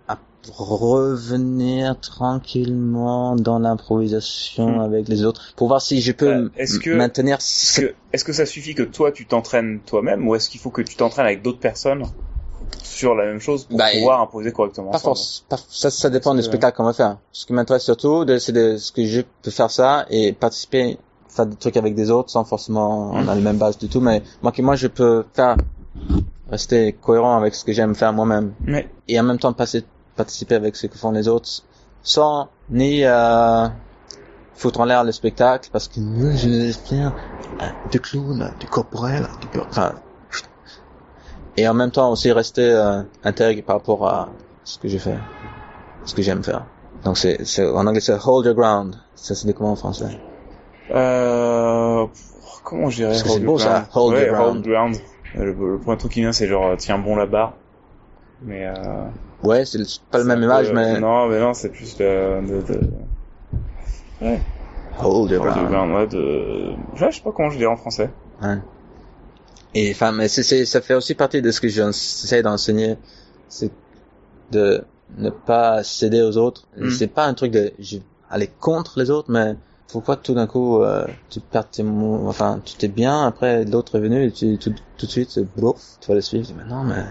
revenir tranquillement dans l'improvisation mmh. avec les autres, pour voir si je peux euh, est-ce que, maintenir... Est-ce que, est-ce que ça suffit que toi tu t'entraînes toi-même, ou est-ce qu'il faut que tu t'entraînes avec d'autres personnes sur la même chose pour bah, pouvoir imposer correctement? Pas force, pas, ça, ça dépend Parce du que... spectacle qu'on va faire. Ce qui m'intéresse surtout, de, c'est de, ce que je peux faire ça et participer, faire des trucs avec des autres sans forcément, mmh. on a la même base du tout, mais moi, moi je peux faire, rester cohérent avec ce que j'aime faire moi-même. Mais... Et en même temps passer, participer avec ce que font les autres sans ni, euh, foutre en l'air le spectacle parce que moi, je vais faire du clown, du corporel, du, enfin, et en même temps aussi rester euh, intègre par rapport à ce que je fais, ce que j'aime faire. Donc c'est, c'est en anglais c'est hold your ground. Ça c'est comment en français? Euh, comment je dirais? C'est beau ça, hold ouais, your ground. Hold ground. Le, le premier truc qui vient c'est genre tiens bon la barre. Mais euh, ouais, c'est pas le même image, peu, mais non, mais non, c'est plus de, de, de... ouais. Hold your ground. Hold your ground, ouais, de, je sais pas comment je dirais en français. Ouais. Et enfin, mais c'est, c'est, ça fait aussi partie de ce que j'essaie d'enseigner, c'est de ne pas céder aux autres. Mm. C'est pas un truc de je, aller contre les autres, mais faut pas que tout d'un coup euh, tu perds tes mots, enfin tu t'es bien, après l'autre est venu et tu tout, tout de suite c'est bouf, tu vas le suivre. Mais non, mais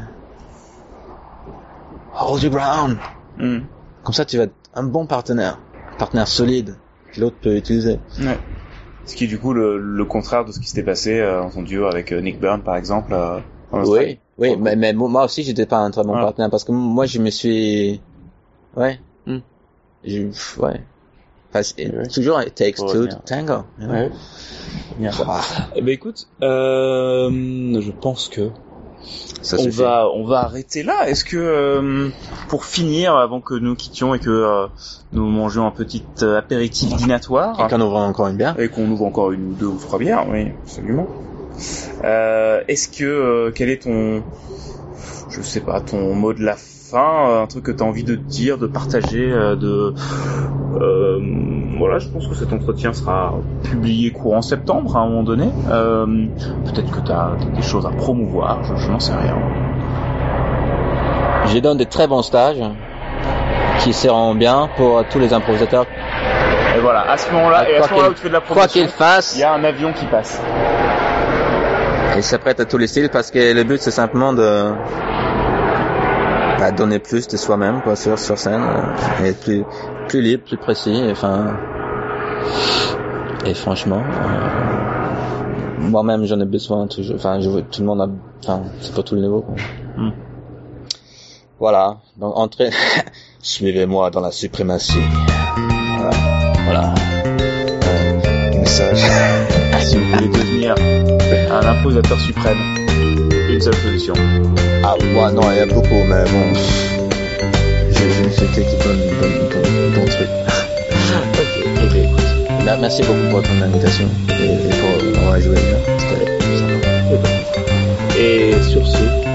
hold your ground. Mm. Comme ça tu vas être un bon partenaire, un partenaire solide que l'autre peut utiliser. Ouais. Ce qui est du coup le, le contraire de ce qui s'était passé euh, dans son duo avec euh, Nick Byrne par exemple. Euh, oui, oui, mais, mais moi aussi j'étais pas un très bon ah. partenaire parce que moi je me suis, ouais, mm. je, ouais, parce que ouais. toujours it takes ouais, two to tango. Ouais. Bien. Ah. Eh ben écoute, euh, je pense que ça on suffit. va on va arrêter là. Est-ce que euh, pour finir, avant que nous quittions et que euh, nous mangions un petit euh, apéritif dînatoire et qu'on ouvre encore une bière et qu'on ouvre encore une ou deux ou trois bières, oui, absolument. Euh, est-ce que euh, quel est ton, je sais pas, ton mot de la fin, un truc que t'as envie de dire, de partager, euh, de euh, voilà, je pense que cet entretien sera publié courant septembre à un moment donné. Euh, peut-être que t'as, t'as des choses à promouvoir, je, je n'en sais rien. Je donne des très bons stages qui seront bien pour tous les improvisateurs Et voilà, à ce moment-là, et à Quoi ce moment-là où qu'il- tu fais de la Quoi promotion, qu'il fasse, il y a un avion qui passe. il s'apprête à tous les styles parce que le but c'est simplement de bah, donner plus de soi-même quoi sur sur scène euh, et être plus plus libre, plus précis. Et, enfin et franchement, euh, moi-même j'en ai besoin toujours. Enfin, je veux- tout le monde a. Enfin, c'est pas tout le niveau. Quoi. Mm. Voilà. Donc entrez, suivez-moi dans la suprématie. Voilà. Voilà. Euh, message. Si vous voulez devenir un imposateur suprême, une seule solution. Ah, moi, non, il y a beaucoup, mais bon. Je, je ne fais que qui donne, donne, donne, donne truc. Ok, ok, écoute. Là, merci beaucoup pour ton invitation et, et pour avoir joué. C'était sympa. Et sur ce,